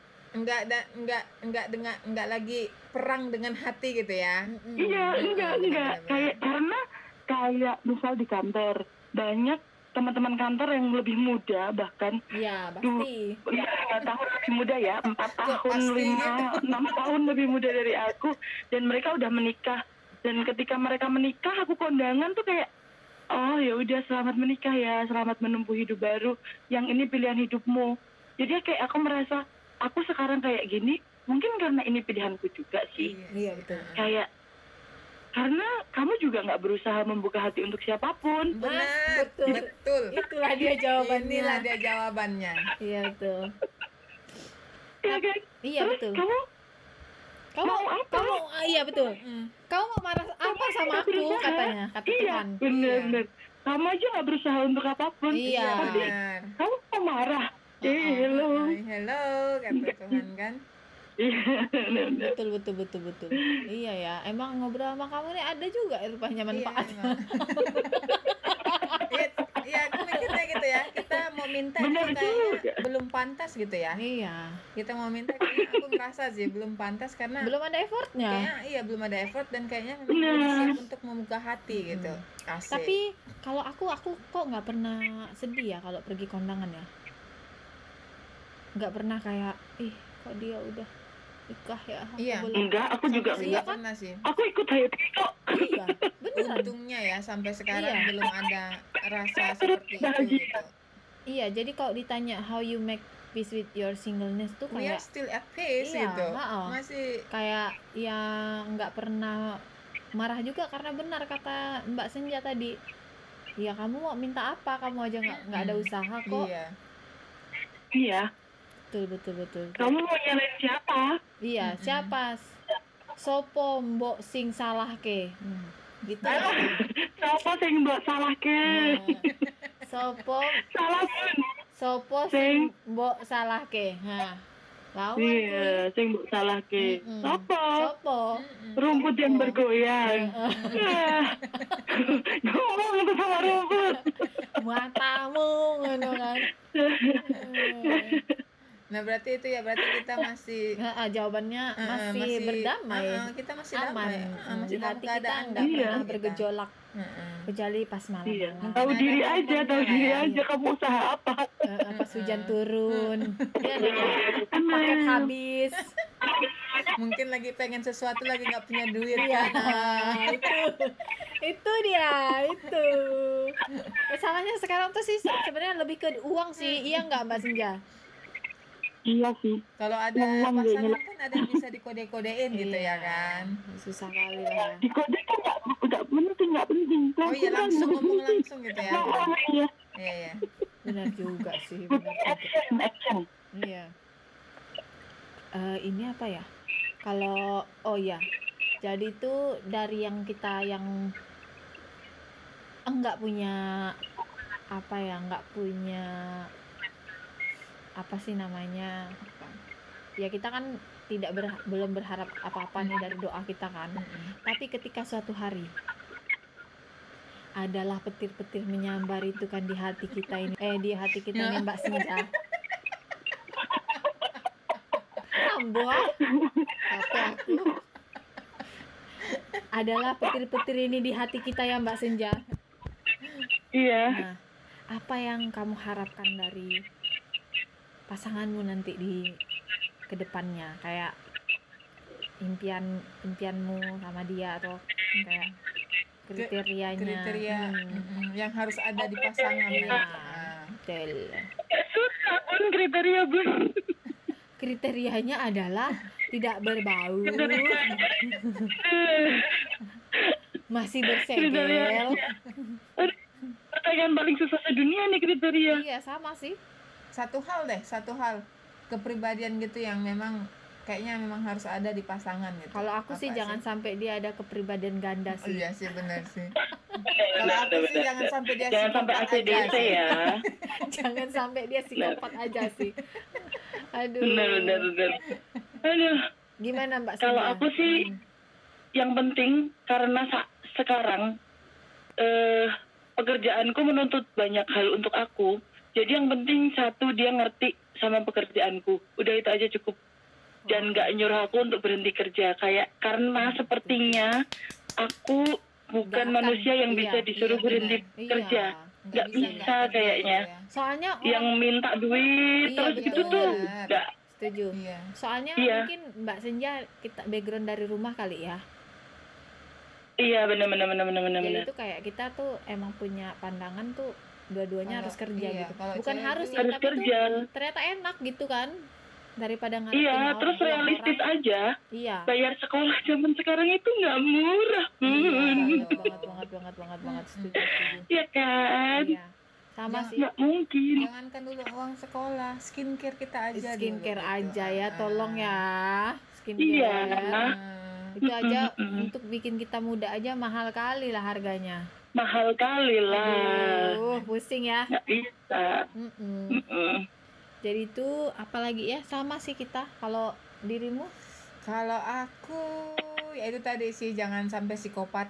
enggak lagi perang dengan hati gitu ya. Iya, enggak. benar-benar. Kayak karena kayak misal di kantor banyak teman-teman kantor yang lebih muda bahkan Iya, pasti. 5 tahun lebih muda ya, 4 tahun, pasti 6 tahun lebih muda dari aku, dan mereka udah menikah. Dan ketika mereka menikah, aku kondangan tuh kayak, oh ya udah selamat menikah ya, selamat menempuh hidup baru. Yang ini pilihan hidupmu. Jadi kayak aku merasa aku sekarang kayak gini, mungkin karena ini pilihanku juga sih. Iya, betul. Kayak karena kamu juga nggak berusaha membuka hati untuk siapapun. Benar, Betul. betul. Itulah dia jawabannya. Inilah dia jawabannya. Iya, betul. Iya kan? Iya, Terus betul. kamu mau apa? Iya, betul. Kamu mau marah apa sama aku katanya, kata Iya, Tuhan. bener. Kamu aja nggak berusaha untuk apapun. Iya. Tapi Benar. kamu mau marah. Hello. Hello, kata Tuhan kan. Iya, bener. Betul. Iya ya, emang ngobrol sama kamu nih ada juga rupanya manfaat. Iya, aku mikirnya gitu ya. Kita mau minta Benar itu kayaknya juga. belum pantas gitu ya. Iya. Kita mau minta kayaknya aku ngerasa sih belum pantas karena Belum ada effortnya. kayaknya belum ada effort dan kayaknya memang Benar. belum siap untuk membuka hati gitu. Asik. Tapi kalau aku kok nggak pernah sedih ya kalau pergi kondangan ya. Nggak pernah kayak, ih kok dia udah nikah ya. Aku Iya. belum. Enggak, aku juga Sampai enggak. sekarang pernah sih. Aku ikut happy kok. Iya, beneran. Untungnya ya sampai sekarang Iya. belum ada rasa seperti itu gitu. Iya, jadi kalau ditanya how you make peace with your singleness tuh We are kayak still at peace Iya, gitu. ha-ha. Masih kayak yang nggak pernah marah juga karena benar kata Mbak Senja tadi. Ya kamu mau minta apa? Kamu aja nggak ada usaha kok. iya. Iya. Betul. Kamu mau nyalain siapa? Iya, siapa? Sopo mbok sing salah ke? Gitu. Siapa sing mbok salah ke? Sopo Salah pun. sopo sing mbok salah ke? Nah, lawan Iya, sing mbok salah ke. Siapa? Sopo? Rumput yang bergoyang. Ngomong itu sama rumput. Matamu ngono kan. Nah, berarti kita masih Jawabannya masih berdamai. kita masih Aman. damai. Masih Di dalam hati kita keadaan nggak Iya. pernah kita. bergejolak kecuali pas Iya. malam-malam. Tahu Ada diri teleponnya aja, tahu lah diri ya. aja kamu usaha apa. Pas hujan turun, ya ada paket habis. Mungkin lagi pengen sesuatu lagi nggak punya duit Iya, kan. itu dia itu. Salahnya sekarang tuh sih sebenarnya lebih ke uang sih, iya nggak Mbak Senja? Iya sih. Kalau ada Ngomong pasangan gini. kan ada yang bisa dikode-kodein gitu ya Iya, kan. susah kali lah ya. Di kode kan nggak penting. Oh iya, langsung ngomong langsung gitu ya. Iya. Iya ya. Benar juga sih, benar juga. Action. Iya. Ini apa ya? Kalau oh ya, jadi itu dari yang kita yang enggak punya apa ya, enggak punya apa sih namanya? Ya kita kan belum berharap apa-apa nih dari doa kita kan. Tapi ketika suatu hari adalah petir-petir menyambar itu kan di hati kita ini, di hati kita ini Mbak Senja. Ambo, tapi aku adalah petir-petir ini di hati kita ya Mbak Senja. Iya. Nah, apa yang kamu harapkan dari pasanganmu nanti di kedepannya, kayak impianmu sama dia atau kayak kriterianya. Kriteria yang harus ada di pasangan ya. Betul. Susah pun kriteria Bun. Kriterianya adalah tidak berbau, masih bersegel. Pertanyaan paling susah sedunia nih kriteria. Iya sama sih. Satu hal kepribadian gitu yang memang kayaknya memang harus ada di pasangan gitu. Kalau aku sih jangan sampai dia ada kepribadian ganda Oh, sih. iya sih benar sih. Kalau aku sih jangan sampai dia Jangan sampai psikopat aja ACDC sih. ya. Jangan sampai dia psikopat aja sih. Aduh. Benar. Aduh. Gimana Mbak Kalau Sinta? aku sih yang penting karena sekarang pekerjaanku menuntut banyak hal untuk aku. Jadi yang penting satu, dia ngerti sama pekerjaanku. Udah itu aja cukup. Dan nggak nyuruh aku untuk berhenti kerja. Kayak karena sepertinya aku bukan manusia yang bisa disuruh berhenti kerja. Nggak bisa kayaknya. Soalnya Yang minta duit Iya, terus gitu betul. tuh nggak. setuju. Iya. Soalnya Iya. mungkin Mbak Senja kita background dari rumah kali ya. Iya benar. Jadi itu kayak kita tuh emang punya pandangan tuh dua-duanya harus kerja iya, gitu. kalau Bukan cewek harus tuh ya, Harus tapi kerja. tuh ternyata enak gitu kan. Daripada ngarepin Iya, orang terus pulang realistis orang. aja. Iya. Bayar sekolah zaman sekarang itu nggak murah. Banget setuju. Iya kan? Iya. Sama Jangan- sih. Nggak mungkin. Jangankan dulu uang sekolah, skincare kita aja Skincare dulu, gitu. aja ya, tolong ya. Skincare. Iya. Itu aja untuk bikin kita muda aja mahal kali lah harganya. Mahal kali lah. Pusing ya. Nggak bisa. Mm-mm. Jadi itu apalagi ya, sama sih kita. Kalau dirimu? Kalau aku ya itu tadi sih, jangan sampai psikopat.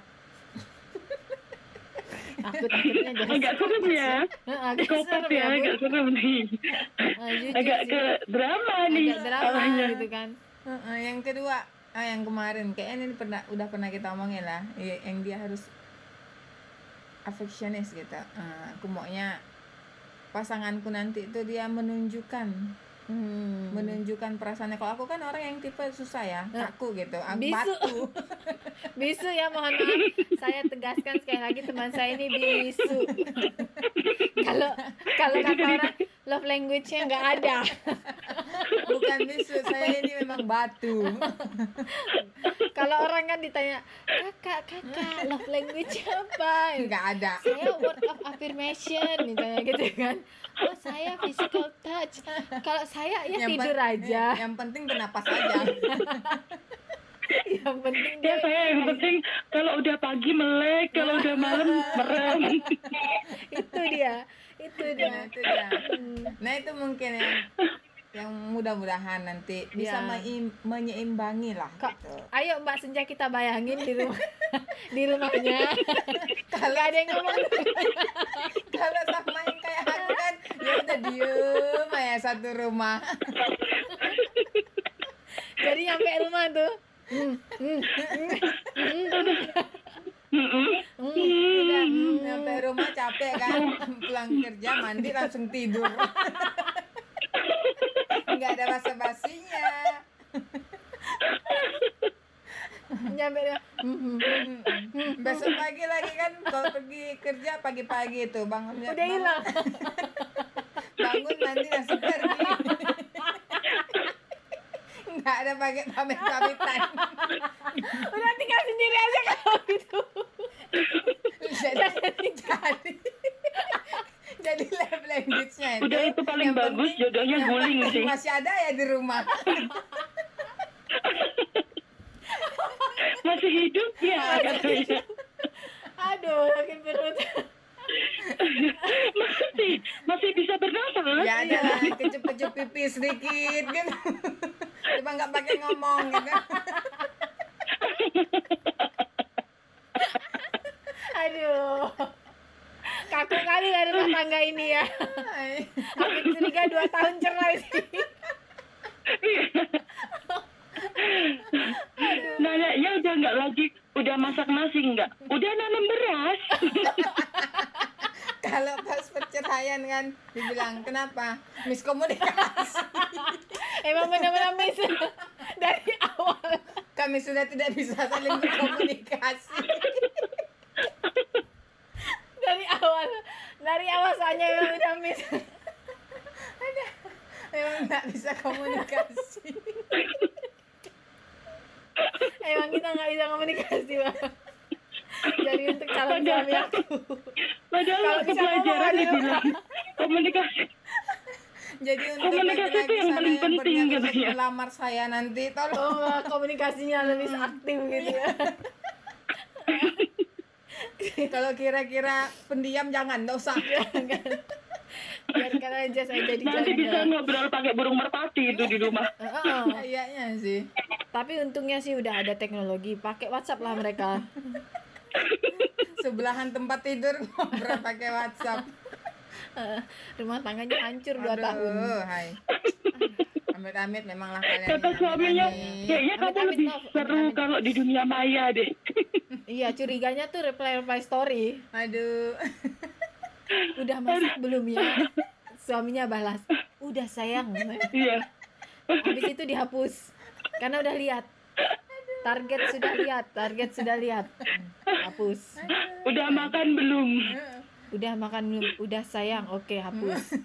Aku takutnya jadi Agak serem ya. agak Psikopat serem ya, agak serem nih. Jujur Agak sih. ke drama nih. Agak drama arahnya. gitu kan. Yang kedua, yang kemarin kayaknya ini udah pernah kita omongin lah, yang dia harus affectionist gitu. Aku maunya pasanganku nanti itu dia menunjukkan perasaannya. Kalau aku kan orang yang tipe susah ya, kaku gitu, Bisu. batu. Bisu ya, mohon maaf. Saya tegaskan sekali lagi, teman saya ini bisu. Kalau kata orang love language-nya nggak ada. Bukan bisu, saya ini memang batu. Kalau orang kan ditanya, kakak love language apa? Nggak ada. Saya word of affirmation misalnya gitu kan. Oh saya physical touch. Kalau saya ya tidur aja. Yang penting bernapas aja. Yang penting Ya dia saya yang penting kalau udah pagi melek, kalau udah malam merem. itu dia. Nah, itu dia. Nah, itu mungkin yang mudah-mudahan nanti bisa Ya. menyeimbangi lah gitu. Ayo Mbak Senja kita bayangin di rumah di rumahnya. Kalau ada yang ngomong Kalau sama yang kayak aku kan ya udah diem aja satu rumah. jadi nyampe rumah tuh. Udah sampai rumah capek kan, pulang kerja mandi langsung tidur. Nggak ada basa-basinya. Nyampe dia. Besok pagi lagi kan kalau pergi kerja pagi-pagi itu bangunnya Udah hilang. bangun mandi langsung pergi. nggak ada pakai pamit-pamitan. Udah tinggal sendiri aja kalau gitu. jadi love language-nya itu Udah itu paling yang bagus, penting jodohnya guling sih. masih ada ya di rumah. Masih hidup ya katanya. Aduh, sakit perut. Masih bisa bernafas. Ya ada lah, kecup-kecup pipis sedikit gitu. Cuma nggak pakai ngomong gitu. Aduh. Kaku kali dari rumah tangga ini ya. Aku curiga 2 tahun cerai sih. Nanyanya udah nggak lagi, udah masak nasi nggak? Udah nanam beras. Kalau pas perceraian kan dibilang kenapa? Miskomunikasi. Emang benar-benar miss dari awal. Kami sudah tidak bisa saling berkomunikasi. Dari awal soalnya emang udah miss. Memang nggak bisa komunikasi. Emang kita nggak bisa komunikasi, Bang. Jadi untuk calon suami aku. Padahal Kalau aku bisa pelajaran ngomong, dibilang komunikasi. Jadi untuk Komunikasi itu laki-laki yang sana paling yang penting berniat untuk katanya. melamar saya nanti tolong. Oh, nggak, komunikasinya lebih aktif gitu ya. Kalau kira-kira pendiam jangan, nggak usah. Biarkan aja saya jadi Nanti bisa janda. ngobrol pakai burung merpati itu di rumah. Kayaknya sih. Tapi untungnya sih udah ada teknologi, pakai WhatsApp lah mereka. Sebelahan tempat tidur ngobrol pakai WhatsApp. Rumah tangganya hancur 2 tahun. Aduh, hai. Amit-amit memanglah kalian Kata ini suaminya, amit-amit. kayaknya kamu Amit-amit, lebih Nov, seru amit-amit. kalau di dunia maya deh. Iya, curiganya tuh reply story. Aduh. Udah masak belum ya? Suaminya balas, udah sayang. Iya. Habis itu dihapus karena udah lihat. Target sudah lihat. Hapus. Udah makan belum? Udah makan belum? Udah sayang. Oke, hapus.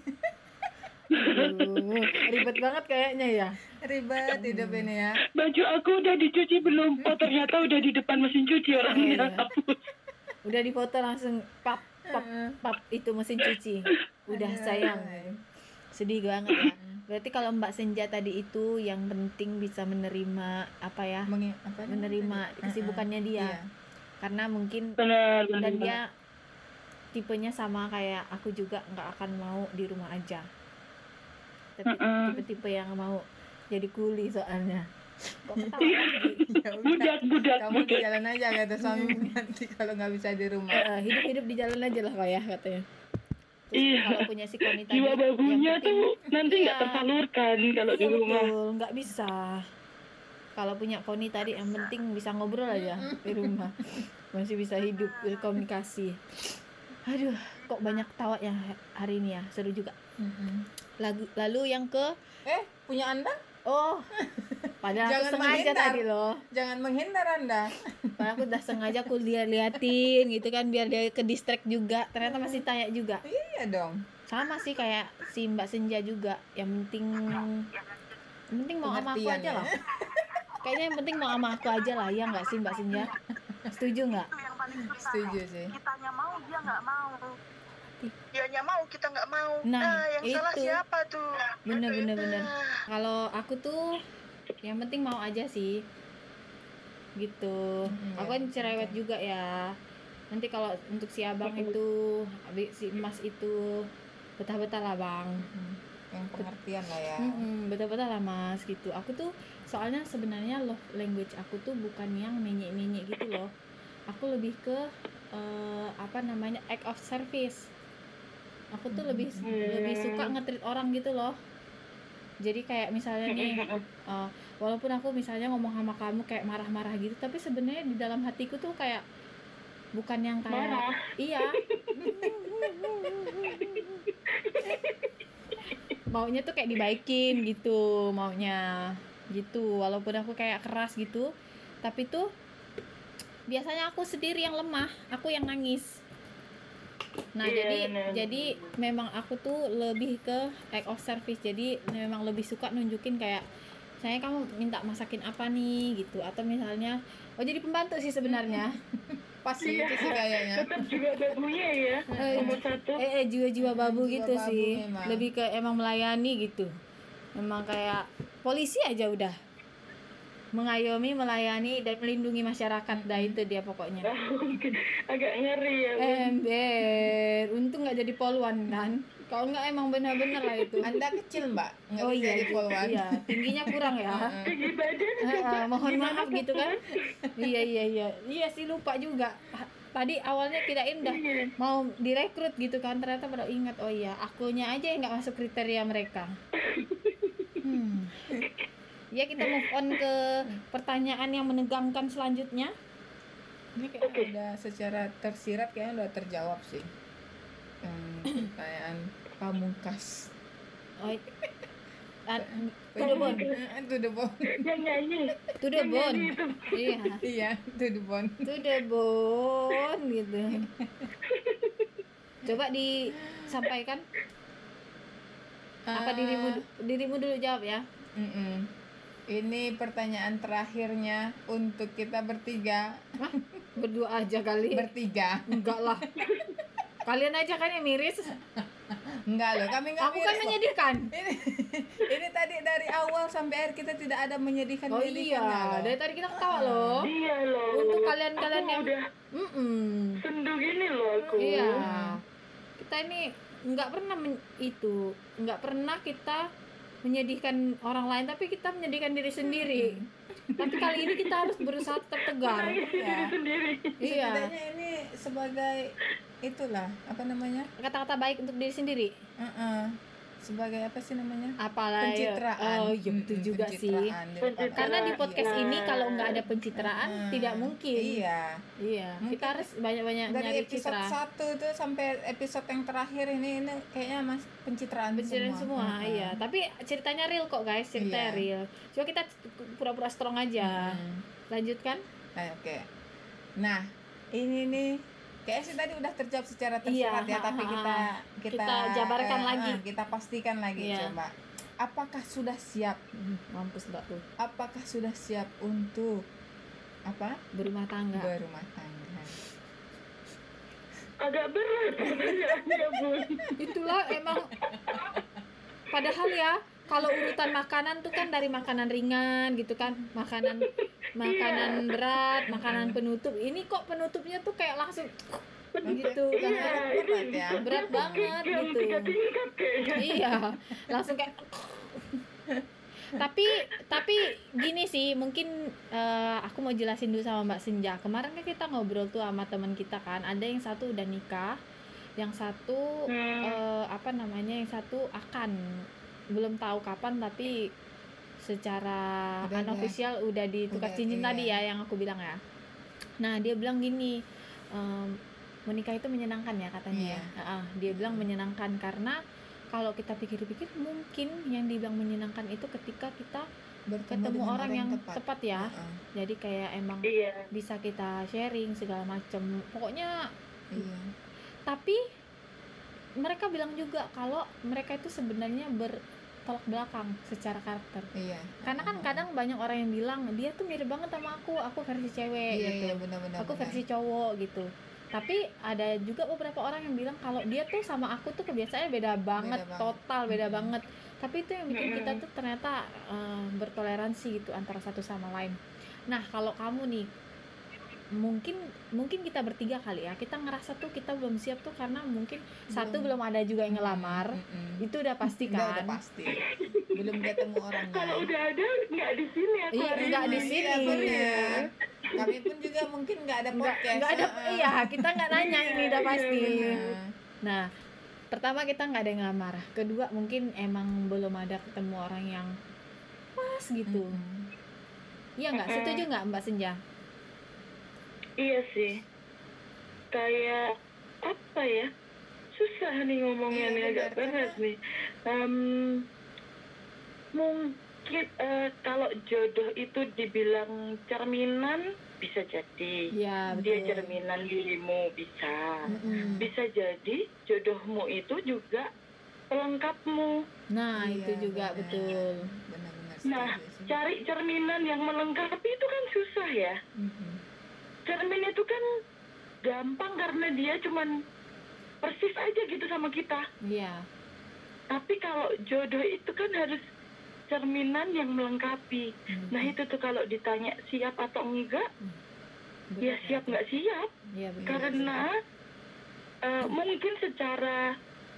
Aduh, ribet banget kayaknya ya. Ribet hidup ini ya. Baju aku udah dicuci belum? Oh ternyata udah di depan mesin cuci orangnya. Iya. Udah difoto langsung pap itu mesin cuci. Udah sayang. Sedih banget ya. Berarti kalau Mbak Senja tadi itu yang penting bisa menerima apa ya? Menerima kesibukannya dia. Iya. Karena mungkin Benar, dan benar. dia tipenya sama kayak aku juga, nggak akan mau di rumah aja. Tapi tipe-tipe yang mau jadi kuli soalnya. Kok ketawa lagi? Ya udah. Budak. Kamu di jalan aja kata suami nanti kalau nggak bisa di rumah. Hidup-hidup di jalan aja lah kau ya katanya. Terus Iya. kalau punya si Koni tadi, Jiwa babunya yang penting- tuh nanti nggak Iya. tersalurkan kalau di Iya, rumah. betul, nggak bisa. Kalau punya Koni tadi yang penting bisa ngobrol aja di rumah, masih bisa hidup berkomunikasi. Aduh, kok banyak tawa ya hari ini ya, seru juga. Lalu yang ke Punya Anda? oh, padahal aku Jangan sengaja menghindar. tadi loh. Jangan menghindar Anda. Padahal aku udah sengaja aku liatin gitu kan biar dia ke distract juga. Ternyata masih tanya juga. Iya dong. Sama sih kayak si Mbak Senja juga. Yang penting mau sama aku Pengertian aja ya. lah. Kayaknya yang penting mau sama aku aja lah, ya nggak sih Mbak Senja? Setuju nggak? Itu yang paling susah. Setuju sih. Kitanya mau, dia nggak mau. Dianya mau, kita nggak mau. Nah, yang salah itu. siapa tuh? Bener. Kalau aku tuh yang penting mau aja sih. Gitu. Aku kan cerewet juga ya. Nanti kalau untuk si abang itu, si emas itu betah-betah lah bang. Yang pengertian lah ya. Betul-betul lah mas gitu. Aku tuh soalnya sebenarnya love language aku tuh bukan yang menyek-menyek gitu loh. Aku lebih ke act of service. Aku tuh lebih suka nge-treat orang gitu loh. Jadi kayak misalnya nih, walaupun aku misalnya ngomong sama kamu kayak marah-marah gitu, tapi sebenarnya di dalam hatiku tuh kayak bukan yang kayak Marah. iya. Maunya tuh kayak dibaikin gitu, maunya gitu. Walaupun aku kayak keras gitu, tapi tuh biasanya aku sendiri yang lemah, aku yang nangis. Nah, Iya, jadi memang aku tuh lebih ke act of service. Jadi memang lebih suka nunjukin kayak Misalnya kamu minta masakin apa nih gitu, atau misalnya jadi pembantu sih sebenarnya. Pasti itu sih kayaknya. Tetap juga babunya ya, nomor satu. Jiwa-jiwa babu Jiwa gitu babu sih. memang. Lebih ke emang melayani gitu. Emang kayak polisi aja udah. Mengayomi, melayani dan melindungi masyarakat. Dah itu dia pokoknya. Agak ngeri ya, Bu. Ember, untung nggak jadi poluan kan. Kalau nggak emang benar-benar lah itu. Anda kecil, Mbak. Nggak Oh bisa iya, jadi poluan. iya, tingginya kurang ya. Tinggi badan. Mohon maaf gitu kan. Iya sih, lupa juga. Tadi awalnya kirain udah mau direkrut gitu kan, ternyata baru ingat, oh iya, akunya aja yang nggak masuk kriteria mereka. Ya, kita move on ke pertanyaan yang menegangkan selanjutnya. Ini kayak udah secara tersirat kayaknya udah terjawab sih. Pertanyaan pamungkas. Oh, to the bone. To the bone. Yang nyanyi. To the bone. Iya. Iya, to the bone. To the bone gitu. Coba disampaikan. Apa dirimu dulu jawab ya? Ini pertanyaan terakhirnya untuk kita bertiga. Hah? Berdua aja kali. Bertiga. Enggak lah. Kalian aja kan yang miris. Enggak loh, kami enggak Aku kan miris. menyedihkan. Ini tadi dari awal sampai akhir kita tidak ada menyedihkan. Oh iya, dari tadi kita ketawa loh. Iya loh. Untuk kalian-kalian Aku yang udah sendu gini loh aku. Iya. Kita ini nggak pernah kita menyedihkan orang lain, tapi kita menyedihkan diri sendiri. Tapi kali ini kita harus berusaha tetap tegar. Diri sendiri. Iya. Setidaknya ini sebagai itulah apa namanya? Kata-kata baik untuk diri sendiri. Sebagai apa sih namanya? Apalagi Pencitraan. Oh iya, betul juga sih. Pencitraan. Karena di podcast Iya. ini kalau nggak ada pencitraan tidak mungkin. Iya. Kita Mungkin harus banyak-banyak Dari nyari episode citra. 1 tuh sampai episode yang terakhir ini kayaknya mas pencitraan Semua. Iya. Tapi ceritanya real kok guys, ceritanya Iya. real. Coba kita pura-pura strong aja. Lanjutkan. Oke. Nah, ini nih kayaknya sih tadi udah terjawab secara tersirat Iya, ya, tapi kita jabarkan lagi. kita pastikan lagi. Iya. Coba. Apakah sudah siap? Mampus enggak tuh Apakah sudah siap untuk apa? berumah tangga. Berumah tangga. Agak berat pertanyaannya, Bun. Itulah emang, padahal ya kalau urutan makanan tuh kan dari makanan ringan gitu kan, makanan berat, makanan penutup. Ini kok penutupnya tuh kayak langsung gitu kan. Berat ya. Berat banget gitu. 3 tingkat kayaknya. Iya, langsung kayak tapi gini sih, mungkin aku mau jelasin dulu sama Mbak Senja. Kemarin kan kita ngobrol tuh sama teman kita kan, ada yang satu udah nikah, yang satu yang satu akan, belum tahu kapan, tapi secara Udah, unofficial udah ditukar Udah, cincin iya. tadi ya, yang aku bilang ya. Nah dia bilang gini, menikah itu menyenangkan ya katanya. Iya. Dia bilang menyenangkan karena kalau kita pikir-pikir mungkin yang dibilang menyenangkan itu ketika kita ketemu dengan orang yang tepat ya. Jadi kayak emang Iya. bisa kita sharing segala macam. Pokoknya Iya. tapi mereka bilang juga kalau mereka itu sebenarnya bertolak belakang secara karakter. Iya. Karena kan kadang banyak orang yang bilang dia tuh mirip banget sama aku versi cewek Iya, gitu. iya, benar-benar. Aku versi cowok gitu. Tapi ada juga beberapa orang yang bilang kalau dia tuh sama aku tuh kebiasaannya beda banget. Total beda banget. Tapi itu yang bikin kita tuh ternyata bertoleransi gitu antara satu sama lain. Nah, kalau kamu nih mungkin kita bertiga kali ya, kita ngerasa tuh kita belum siap tuh karena mungkin satu belum ada juga yang ngelamar. Itu udah pasti kan. Udah pasti. Belum ketemu orangnya. Kalau udah ada nggak di sini aku Iya, hari nggak ini. di sini. Iya, benar. Kami pun juga mungkin nggak ada podcast. Nggak ada, iya kita nggak nanya, ini udah pasti. Iya. Nah, pertama kita nggak ada yang ngelamar. Kedua mungkin emang belum ada ketemu orang yang pas gitu. Iya nggak? Setuju nggak Mbak Senja? Iya sih. Kayak apa ya? Susah nih ngomongnya Iya, nih, agak benar, berat nih. Mungkin kalau jodoh itu dibilang cerminan bisa jadi. Iya, Dia betul. cerminan dirimu bisa. Mm-mm. Bisa jadi jodohmu itu juga pelengkapmu. Nah, Iya, itu juga benar. betul. Benar-benar Nah, cari cerminan yang melengkapi itu kan susah ya. Cermin itu kan gampang karena dia cuman persis aja gitu sama kita. Iya. Tapi kalau jodoh itu kan harus cerminan yang melengkapi. Nah itu tuh kalau ditanya siap atau enggak, ya siap nggak siap. Iya, benar. Karena mungkin secara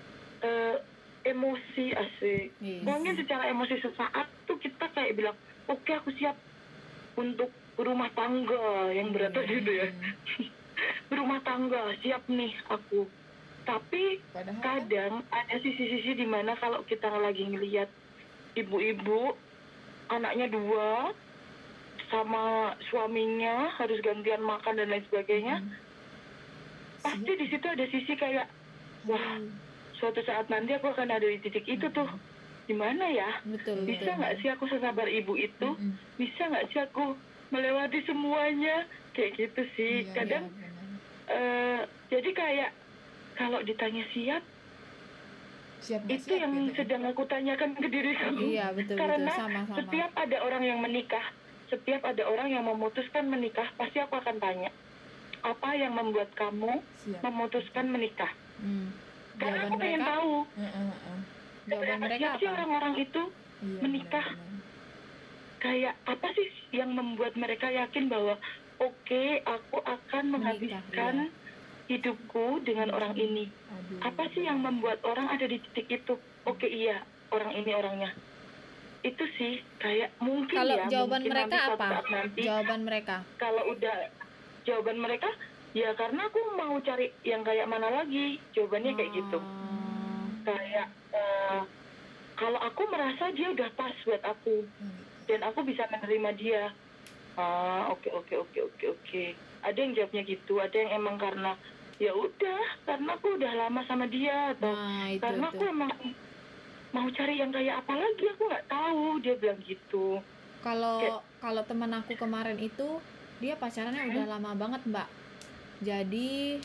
emosi asik. Iya. Mungkin secara emosi sesaat tuh kita kayak bilang, oke aku siap untuk berumah tangga yang berat tadi itu ya. Berumah tangga siap nih aku. Tapi Padahal kadang ada sisi-sisi di mana kalau kita lagi ngelihat ibu-ibu anaknya 2 sama suaminya harus gantian makan dan lain sebagainya, pasti di situ ada sisi kayak wah, suatu saat nanti aku akan ada di titik itu tuh. Gimana ya? Betul. Bisa nggak sih aku sesabar ibu itu? Bisa nggak sih aku melewati semuanya? Kayak gitu sih. Iya, Kadang jadi kayak kalau ditanya siap nggak itu siap yang gitu. sedang aku tanyakan ke diriku. Iya, betul. Karena Sama-sama. setiap ada orang yang menikah, setiap ada orang yang memutuskan menikah, pasti aku akan tanya, apa yang membuat kamu Siap. memutuskan menikah? Karena Jawaban aku pengen mereka, tahu jawaban mereka siapa sih apa? orang-orang itu Iya, menikah. benar-benar. Kayak apa sih yang membuat mereka yakin bahwa oke, aku akan menghabiskan hidupku dengan orang ini. Aduh, Apa sih yang membuat orang ada di titik itu? Oke, iya, orang ini orangnya. Itu sih kayak mungkin Kalau ya. jawaban mungkin mereka nanti suatu apa? saat nanti, Jawaban mereka. kalau udah jawaban mereka, ya karena aku mau cari yang kayak mana lagi. Jawabannya kayak gitu. Kayak kalau aku merasa dia udah pas buat aku dan aku bisa menerima dia. Oke. Ada yang jawabnya gitu, ada yang emang karena ya udah, karena aku udah lama sama dia, atau karena aku emang mau cari yang kayak apa lagi, aku nggak tahu. Dia bilang gitu. Kalau teman aku kemarin itu dia pacarannya udah lama banget, Mbak. Jadi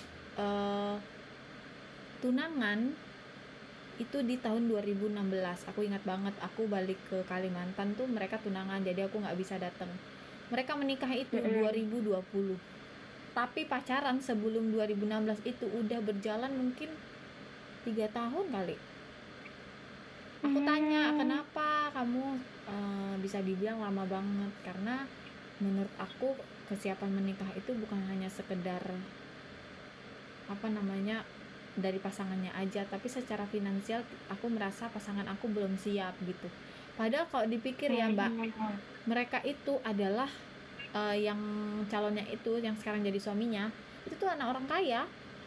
tunangan itu di tahun 2016. Aku ingat banget, aku balik ke Kalimantan tuh mereka tunangan, jadi aku nggak bisa datang. Mereka menikah itu 2020. Tapi pacaran sebelum 2016 itu udah berjalan mungkin 3 tahun kali. Aku tanya, kenapa kamu bisa dibilang lama banget? Karena menurut aku kesiapan menikah itu bukan hanya sekedar dari pasangannya aja, tapi secara finansial aku merasa pasangan aku belum siap gitu. Padahal kalau dipikir ya Mbak, mereka itu adalah yang calonnya itu yang sekarang jadi suaminya itu tuh anak orang kaya.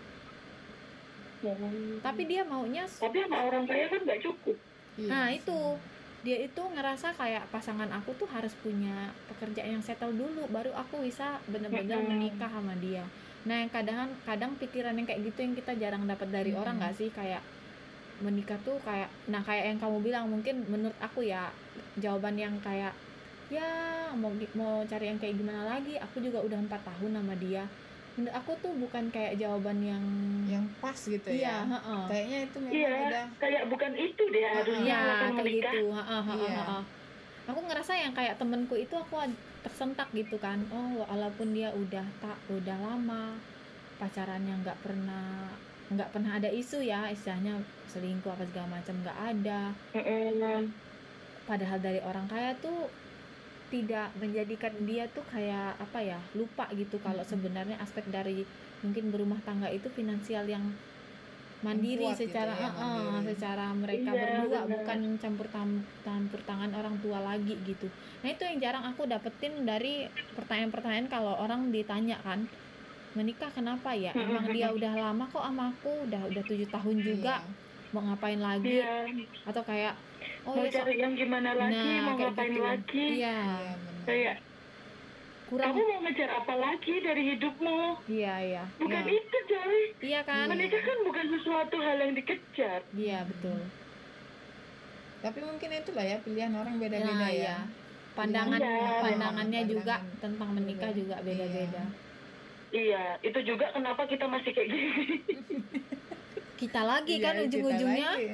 Tapi dia maunya anak orang kaya kan nggak cukup. Nah itu dia itu ngerasa kayak pasangan aku tuh harus punya pekerjaan yang settle dulu baru aku bisa benar-benar menikah sama dia. Nah yang kadang pikiran yang kayak gitu yang kita jarang dapat dari orang nggak sih, kayak menikah tuh kayak yang kamu bilang, mungkin menurut aku ya jawaban yang kayak ya mau cari yang kayak gimana lagi, aku juga udah 4 tahun sama dia. Menurut aku tuh bukan kayak jawaban yang pas gitu ya. Kayaknya itu memang udah kayak bukan itu deh harusnya kayak menikah. gitu. Aku ngerasa yang kayak temenku itu aku tersentak gitu kan. Oh walaupun dia udah lama pacarannya nggak pernah ada isu ya, istilahnya selingkuh apa segala macam nggak ada. Padahal dari orang kaya tuh tidak menjadikan dia tuh kayak lupa gitu kalau sebenarnya aspek dari mungkin berumah tangga itu finansial yang mandiri secara secara mereka berdua, bukan campur tangan orang tua lagi gitu. Nah itu yang jarang aku dapetin dari pertanyaan-pertanyaan kalau orang ditanya kan menikah kenapa ya, emang dia udah lama kok sama aku, udah 7 tahun juga, mau ngapain lagi, atau kayak mau cari yang gimana lagi, mau ngapain gitu. lagi. Kayak kurang. Kamu mau ngejar apa lagi dari hidupmu? Iya. Bukan itu, Joy. Iya kan? Menikah kan bukan sesuatu hal yang dikejar. Iya, betul. Tapi mungkin itulah ya, pilihan orang beda-beda ya. Pandangannya juga tentang menikah juga beda-beda. Iya, itu juga kenapa kita masih kayak gini. Kita lagi kan ujung-ujungnya.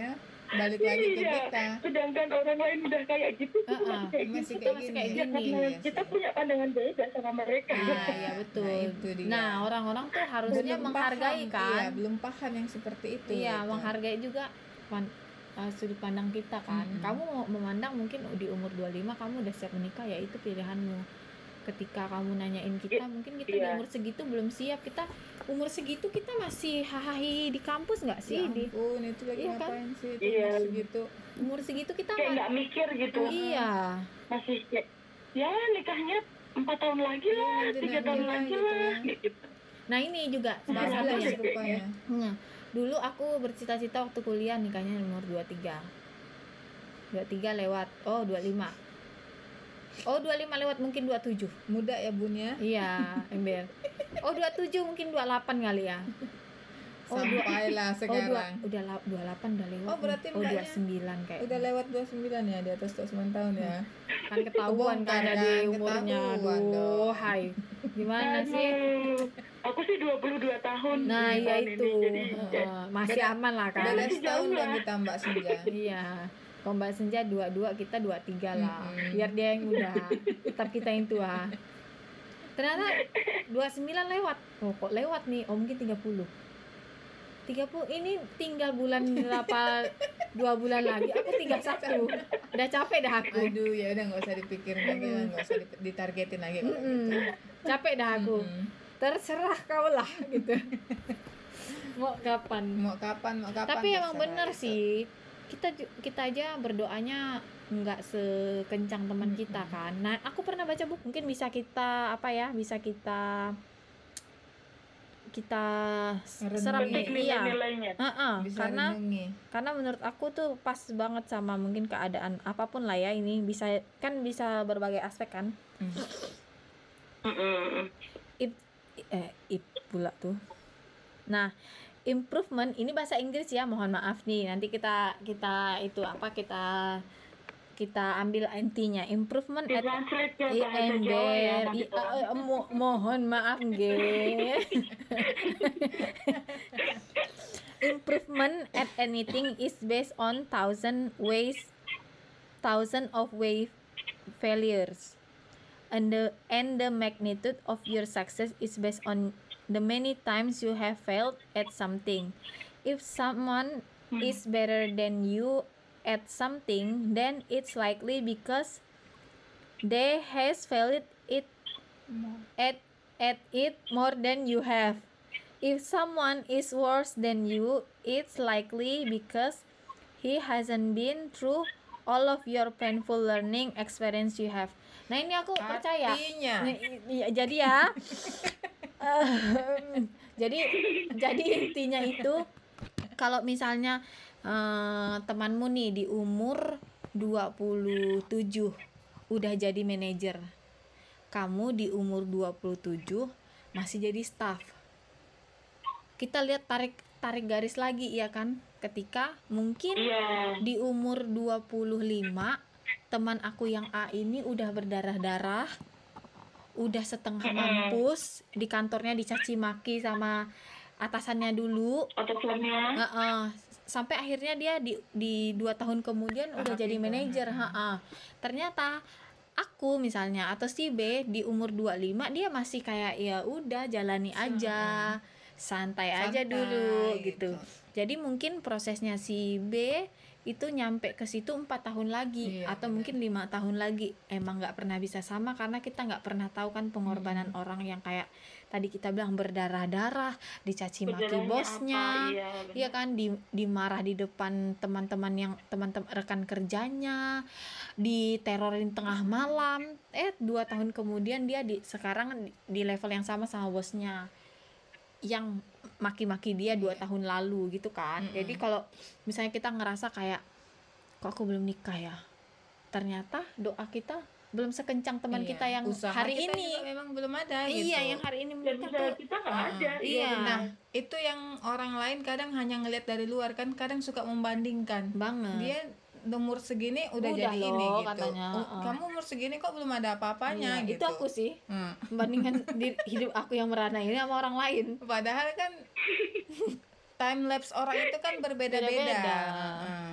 balik lagi ke Iya. kita. Sedangkan orang lain udah kayak gitu, kita Heeh. masih kayak gitu. Masih Kita kayak masih gini. kayak Ya, gini. karena Iya kita sih. punya pandangan beda sama mereka. Nah, iya betul. Nah, itu dia. Nah, orang-orang tuh harusnya Belum menghargai paham, kan. iya, belum paham yang seperti itu. Iya, gitu. menghargai juga sudut pandang kita kan. Mm-mm. Kamu mau memandang mungkin di umur 25 kamu udah siap menikah, ya itu pilihanmu. Ketika kamu nanyain kita, mungkin kita di Iya. umur segitu belum siap. Kita umur segitu kita masih hahaha di kampus nggak sih? Ya Di ampun, itu lagi Iya kan? ngapain sih itu Iya. masih gitu. umur segitu kita Kayak nggak mikir gitu. iya. Masih kayak, ya nikahnya 4 tahun lagi lah, Nanti 3 tahun nikah lagi gitu lah. ya. Gitu. Nah, ini juga salah Iya, satu iya. ya. rupanya. Nah, dulu aku bercita-cita waktu kuliah nikahnya umur 23. 23 lewat. Oh, 25. Oh, 25 lewat mungkin 27. Muda ya Bun ya. Iya, ember. Oh, 27 mungkin 28 kali ya. Oh, Sampailah sekarang. udah 28 udah lewat. Oh, berarti oh, mbaknya 29 kayak. Udah lewat 29 ya, di atas 29 tahun ya. Kan ketahuan Kebongkar kan kan, di umurnya. ketahuan Aduh, dong. hai. Gimana sih? Aduh, aku sih 22 tahun. Nah, di ya tahun itu. ini, jadi Masih Beda- aman lah kan. Beda Masih setahun jauh dong lah. kita Mbak Senja. Iya. Kalau Mbak Senja 22, kita 23 lah. Mm-mm. Biar dia yang muda, ntar kita yang tua. Ternyata 29 lewat. Oh, kok lewat nih? Oh, mungkin 30. 30 ini tinggal bulan berapa? 2 bulan lagi. Aku 31. Udah capek dah aku. Aduh, ya udah nggak usah dipikirin lagi lah, nggak usah ditargetin lagi kalau Mm-mm. gitu. Capek dah aku. Mm-mm. Terserah kau lah gitu. Mau kapan? Mau kapan Tapi emang terserah bener itu. sih, kita aja berdoanya nggak sekencang teman kita kan. Nah, aku pernah baca buku, mungkin bisa kita serap Renungi. iya. nilai-nilainya. Bisa karena renungi. menurut aku tuh pas banget sama mungkin keadaan apapun lah ya, ini bisa berbagai aspek kan. Mm-mm. Pula tuh. Nah, improvement ini bahasa Inggris ya, mohon maaf nih. Nanti kita ambil intinya. Improvement at Ditranslate ke bahasa Jawa ya. Mas Ito. mohon maaf nggih. Improvement at anything is based on thousand of way failures. And the magnitude of your success is based on the many times you have failed at something. If someone is better than you at something, then it's likely because they has failed at it more than you have. If someone is worse than you, it's likely because he hasn't been through all of your painful learning experience you have. Nah, ini aku percaya. Artinya. Jadi ya. jadi intinya itu, kalau misalnya temanmu nih di umur 27 udah jadi manajer, kamu di umur 27 masih jadi staff, kita lihat tarik garis lagi ya kan, ketika mungkin Iya. di umur 25 teman aku yang A ini udah berdarah-darah, udah setengah mampus, di kantornya dicaci maki sama atasannya dulu. Atasannya. Sampai akhirnya dia di 2 tahun kemudian udah Tahap jadi itu. manajer. Ternyata aku misalnya atau si B di umur 25 dia masih kayak ya udah jalani aja, santai aja dulu gitu. Jadi mungkin prosesnya si B itu nyampe ke situ 4 tahun lagi, Iya, atau benar. mungkin 5 tahun lagi. Emang nggak pernah bisa sama karena kita nggak pernah tahu kan pengorbanan orang yang kayak tadi kita bilang berdarah-darah, dicaci maki Gejalanya bosnya. apa? Iya, benar. Iya kan, dimarah di depan teman-teman rekan kerjanya, diterorin tengah malam. 2 tahun kemudian dia sekarang di level yang sama bosnya yang maki-maki dia 2 tahun lalu gitu kan. Jadi kalau misalnya kita ngerasa kayak kok aku belum nikah ya, ternyata doa kita belum sekencang teman Iya. kita yang Usaha hari kita ini. juga memang belum ada gitu. Iya, yang hari ini Dan menikah usaha tuh. kita nggak ada. Iya. Nah, itu yang orang lain kadang hanya ngelihat dari luar kan, kadang suka membandingkan. Banget. Dia umur segini udah Udah jadi loh, ini gitu. katanya. Kamu umur segini kok belum ada apa-apanya Iya, gitu. itu aku sih membandingkan hidup aku yang merana ini sama orang lain. Padahal kan time lapse orang itu kan berbeda-beda. Beda-beda.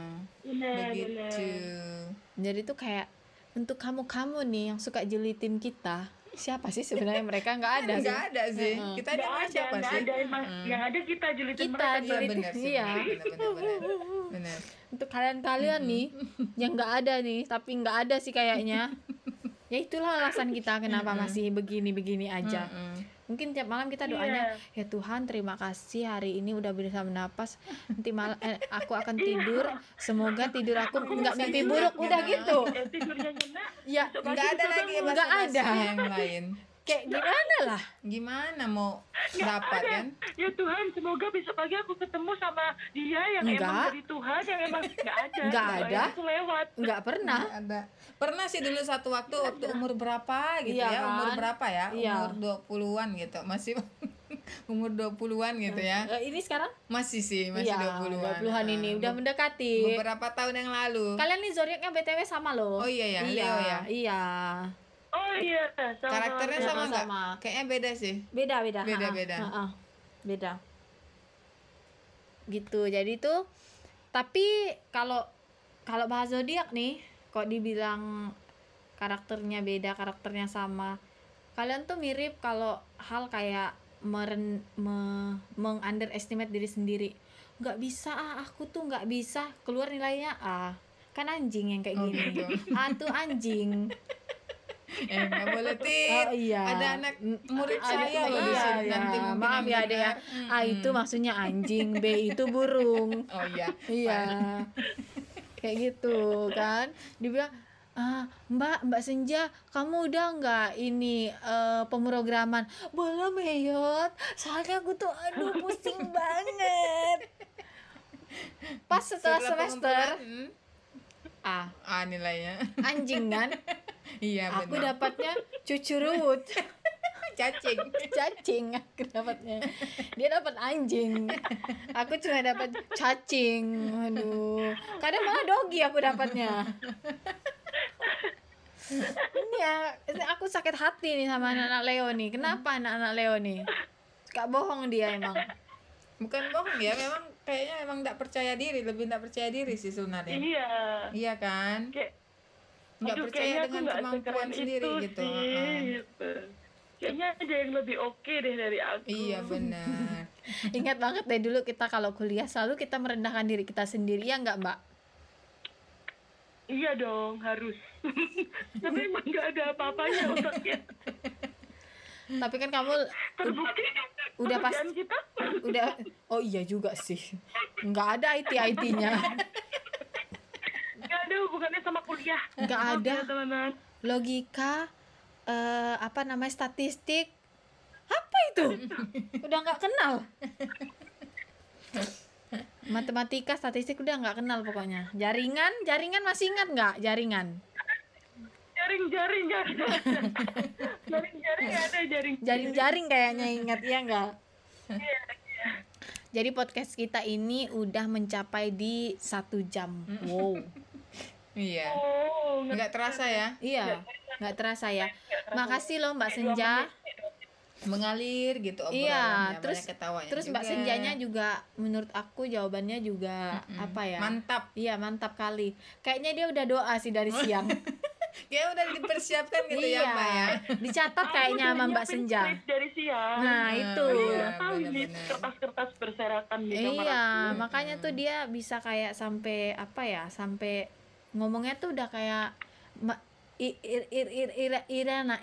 Begitu. Jadi tuh kayak untuk kamu nih yang suka julitin kita, siapa sih sebenarnya mereka? Nggak ada sih. Nggak ada sih. Kita Nggak ada ada, siapa nggak sih? ada. Yang ada kita julitin Kita mereka. Iya julitin. benar sih. Iya. Benar. Untuk kalian nih yang nggak ada nih, tapi nggak ada sih kayaknya. Ya itulah alasan kita kenapa masih begini-begini aja. Mungkin tiap malam kita doanya, ya Tuhan terima kasih hari ini udah bisa menapas. Nanti malam aku akan tidur, semoga tidur aku nggak mimpi buruk. Udah gitu. Tidurnya nyenyak. Ya Nggak ada lagi Nggak basa-basi ada. yang lain. kayak gimana lah. Gimana mau dapat kan? Ya Tuhan, semoga besok pagi aku ketemu sama dia yang Enggak. emang dari Tuhan, yang emang nggak ada. Nggak ada. Aku lewat. Nggak pernah. Nggak ada. Pernah sih dulu satu waktu umur berapa gitu Iya ya, kan? umur berapa ya? Iya. Umur 20-an gitu. Masih umur 20-an gitu ya. Ini sekarang? Masih sih, masih Iya, 20-an. 20-an ini udah mendekati. Beberapa tahun yang lalu. Kalian nih zodiaknya BTW sama loh. Oh iya ya, Iya, Leo ya. iya. Oh iya, sama. Karakternya Sama, sama nggak? sama. Kayaknya beda sih. Beda. Beda. Beda. Gitu. Jadi tuh tapi kalau bahas zodiak nih, kok dibilang karakternya beda, karakternya sama. Kalian tuh mirip kalau hal kayak meng-underestimate diri sendiri. Nggak bisa aku tuh nggak bisa keluar nilainya A. Kan anjing yang kayak Oh, gini. gitu. A tuh anjing. Nggak boleh tit. Oh iya. Ada anak murid saya loh di iya, sini. iya. Nanti mungkin Maaf yang ya ada ya. dengar. A itu maksudnya anjing, B itu burung. Oh iya. Iya. Kayak gitu kan. Dibilang, Mbak Senja, kamu udah nggak ini pemrograman? Belum Yot, soalnya aku tuh aduh pusing banget. Pas setelah semester pengumpulan, nilainya. anjing kan, Iya aku benar. dapatnya cucurut. Cacing. Aku dapatnya, dia dapat anjing, aku cuma dapat cacing. Aduh, kadang malah dogi aku dapatnya. Ini ya, aku sakit hati nih sama anak-anak Leo nih. Kenapa anak-anak Leo nih? Gak bohong dia emang. Bukan bohong ya, memang kayaknya emang nggak percaya diri, lebih nggak percaya diri sih sebenarnya. Iya. Iya kan? Kayak Nggak aduh, percaya kayaknya aku dengan nggak kemampuan sekeren sendiri itu gitu. sih, gitu. Kayaknya ada yang lebih oke deh dari aku. Iya benar. Ingat banget deh dulu kita kalau kuliah selalu kita merendahkan diri kita sendiri, ya nggak Mbak? Iya dong, harus. Tapi emang nggak ada apa-apanya otaknya. Tapi kan kamu Terbukti udah pas pekerjaan kita. udah, oh iya juga sih, nggak ada IT-nya, Nggak ada hubungannya sama kuliah. nggak Maaf ada ya, teman-teman. logika, apa namanya, statistik, apa itu? Udah nggak kenal. Matematika, statistik udah nggak kenal pokoknya. Jaringan masih ingat nggak? Jaringan Jaring ada jaring kayaknya ingat, ya nggak? Jadi podcast kita ini udah mencapai di 1 jam. Wow. Iya. Oh, Nggak terasa ya? Iya, nggak terasa ya. Makasih loh Mbak Senja. Mengalir gitu obrolannya, Iya, banyak ketawanya terus Mbak juga. Senjanya juga menurut aku jawabannya juga apa ya? Mantap. Iya, mantap kali. Kayaknya dia udah doa sih dari siang. Kayak udah dipersiapkan gitu ya Mbak ya. Dicatat kayaknya sama Mbak nyiapin Senja. skrip dari siang. Nah, itu. Iya, Tahu ini benar-benar. kertas-kertas berserakan di kamar Iya, aku. makanya tuh dia bisa kayak sampai apa ya? Sampai ngomongnya tuh udah kayak Iriana.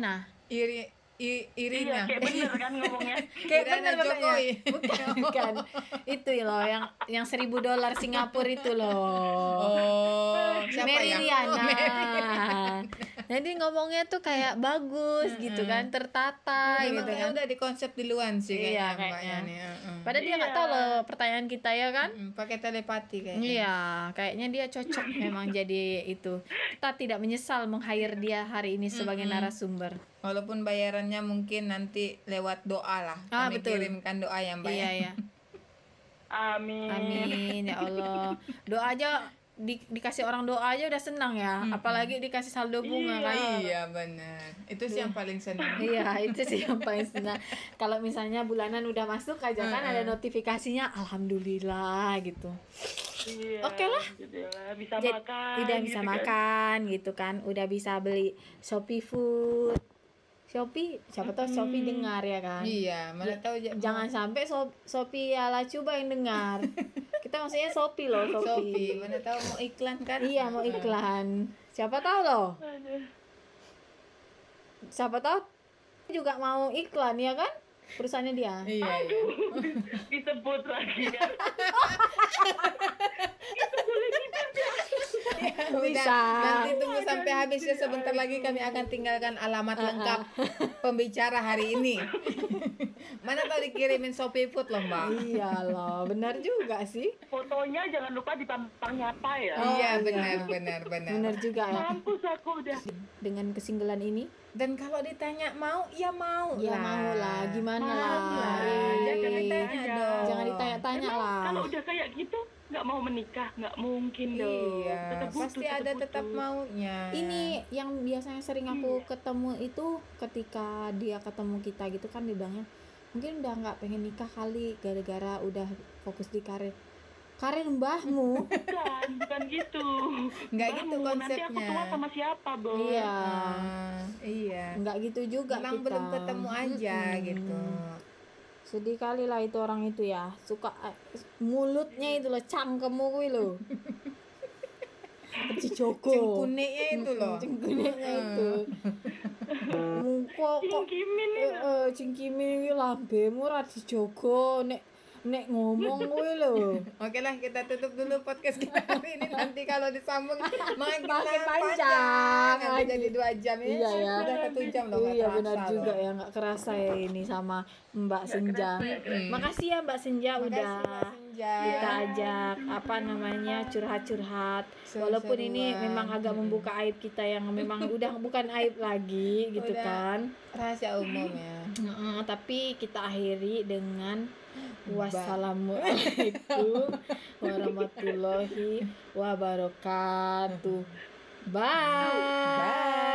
Iya, Irina. kayak bener kan ngomongnya. Kayak Iriana bener pokoknya. Jokowi. Bukan. Itu loh yang $1.000 Singapura itu loh. Oh, siapa Mary ya? Riana. Oh, Mary. Jadi ngomongnya tuh kayak bagus gitu kan, tertata Memang gitu kayak kan. udah di konsep duluan sih Iya, kayaknya Mbaknya kayaknya. nih. Padahal dia nggak tahu loh pertanyaan kita, ya kan? Pakai telepati kayaknya. Iya, kayaknya dia cocok memang jadi itu. Kita tidak menyesal meng-hire dia hari ini sebagai narasumber. Walaupun bayarannya mungkin nanti lewat doa lah. Kami Betul. kirimkan doa ya Mbak Iya, ya. ya. Amin. Amin ya Allah. Doa aja dikasih orang doa aja udah senang ya, apalagi dikasih saldo bunga kan. Iya benar, itu sih yang paling senang. Iya, itu sih yang paling senang. Kalau misalnya bulanan udah masuk aja kan ada notifikasinya, alhamdulillah gitu. Iya, Oke lah. alhamdulillah, bisa Jadi, makan. udah bisa gitu kan. makan gitu kan, udah bisa beli Shopee Food. Shopee, siapa tahu Shopee dengar ya kan. Iya, mana tahu Jangan sampai Shopee ala coba yang dengar. Kita maksudnya Shopee loh, Shopee, mana tahu mau iklan kan? Iya, mau iklan. Siapa tahu loh. Aduh. Siapa tahu juga mau iklan ya kan? Perusahaannya dia. Iya. Disebut lagi kan. Bisa. Nanti tunggu sampai habis ya, sebentar lagi kami akan tinggalkan alamat lengkap pembicara hari ini. Mana tahu dikirimin Shopee Food loh, Mbak. Iya loh, benar juga sih. Fotonya jangan lupa ditampang nyata ya. Iya, benar. Benar juga ya. Mampus aku udah. Dengan kesinggelan ini, Dan kalau ditanya mau, ya mau ya lah. mau lah, gimana Mau lah. lah, Jangan ditanya Iya. dong. Jangan ditanya-tanya Emang lah. Kalau udah kayak gitu nggak mau menikah, nggak mungkin dong. Iya, Tetap butuh, pasti ada tetap butuh. maunya. Ini yang biasanya sering aku ketemu itu ketika dia ketemu kita gitu kan, dia bilangnya mungkin udah nggak pengen nikah kali gara-gara udah fokus di karir mbahmu. Bukan gitu. Nggak gitu Bangun, nanti aku konsepnya. tua sama siapa, Bo? Iya, Iya. nggak gitu juga Memang kita. belum ketemu aja gitu. Sedih kali lah itu orang itu ya, suka mulutnya itu loh, cangkemmu kuwi lho. Cijogo. Cengkuneknya itu loh. Cengkuneknya itu. Muka kok Cingkimin nih. cingkime iki lambemu ra dijogo nek ngomong kuwi lho. Oke lah, kita tutup dulu podcast kita hari ini. Nanti kalau disambung makin Makin panjang nanti lagi. jadi 2 jam ya. Iya ya. Udah 1 jam loh. nggak Iya terasa benar loh. juga ya, nggak kerasa ya ini sama Mbak Senja. Makasih ya Mbak Senja Makasih, udah Mbak Senja. kita ajak apa namanya curhat-curhat. Seru-seruan. Walaupun ini memang agak membuka aib kita yang memang udah bukan aib lagi gitu Udah. kan. Rahasia umum ya. Tapi kita akhiri dengan wassalamualaikum warahmatullahi wabarakatuh. Bye. Bye.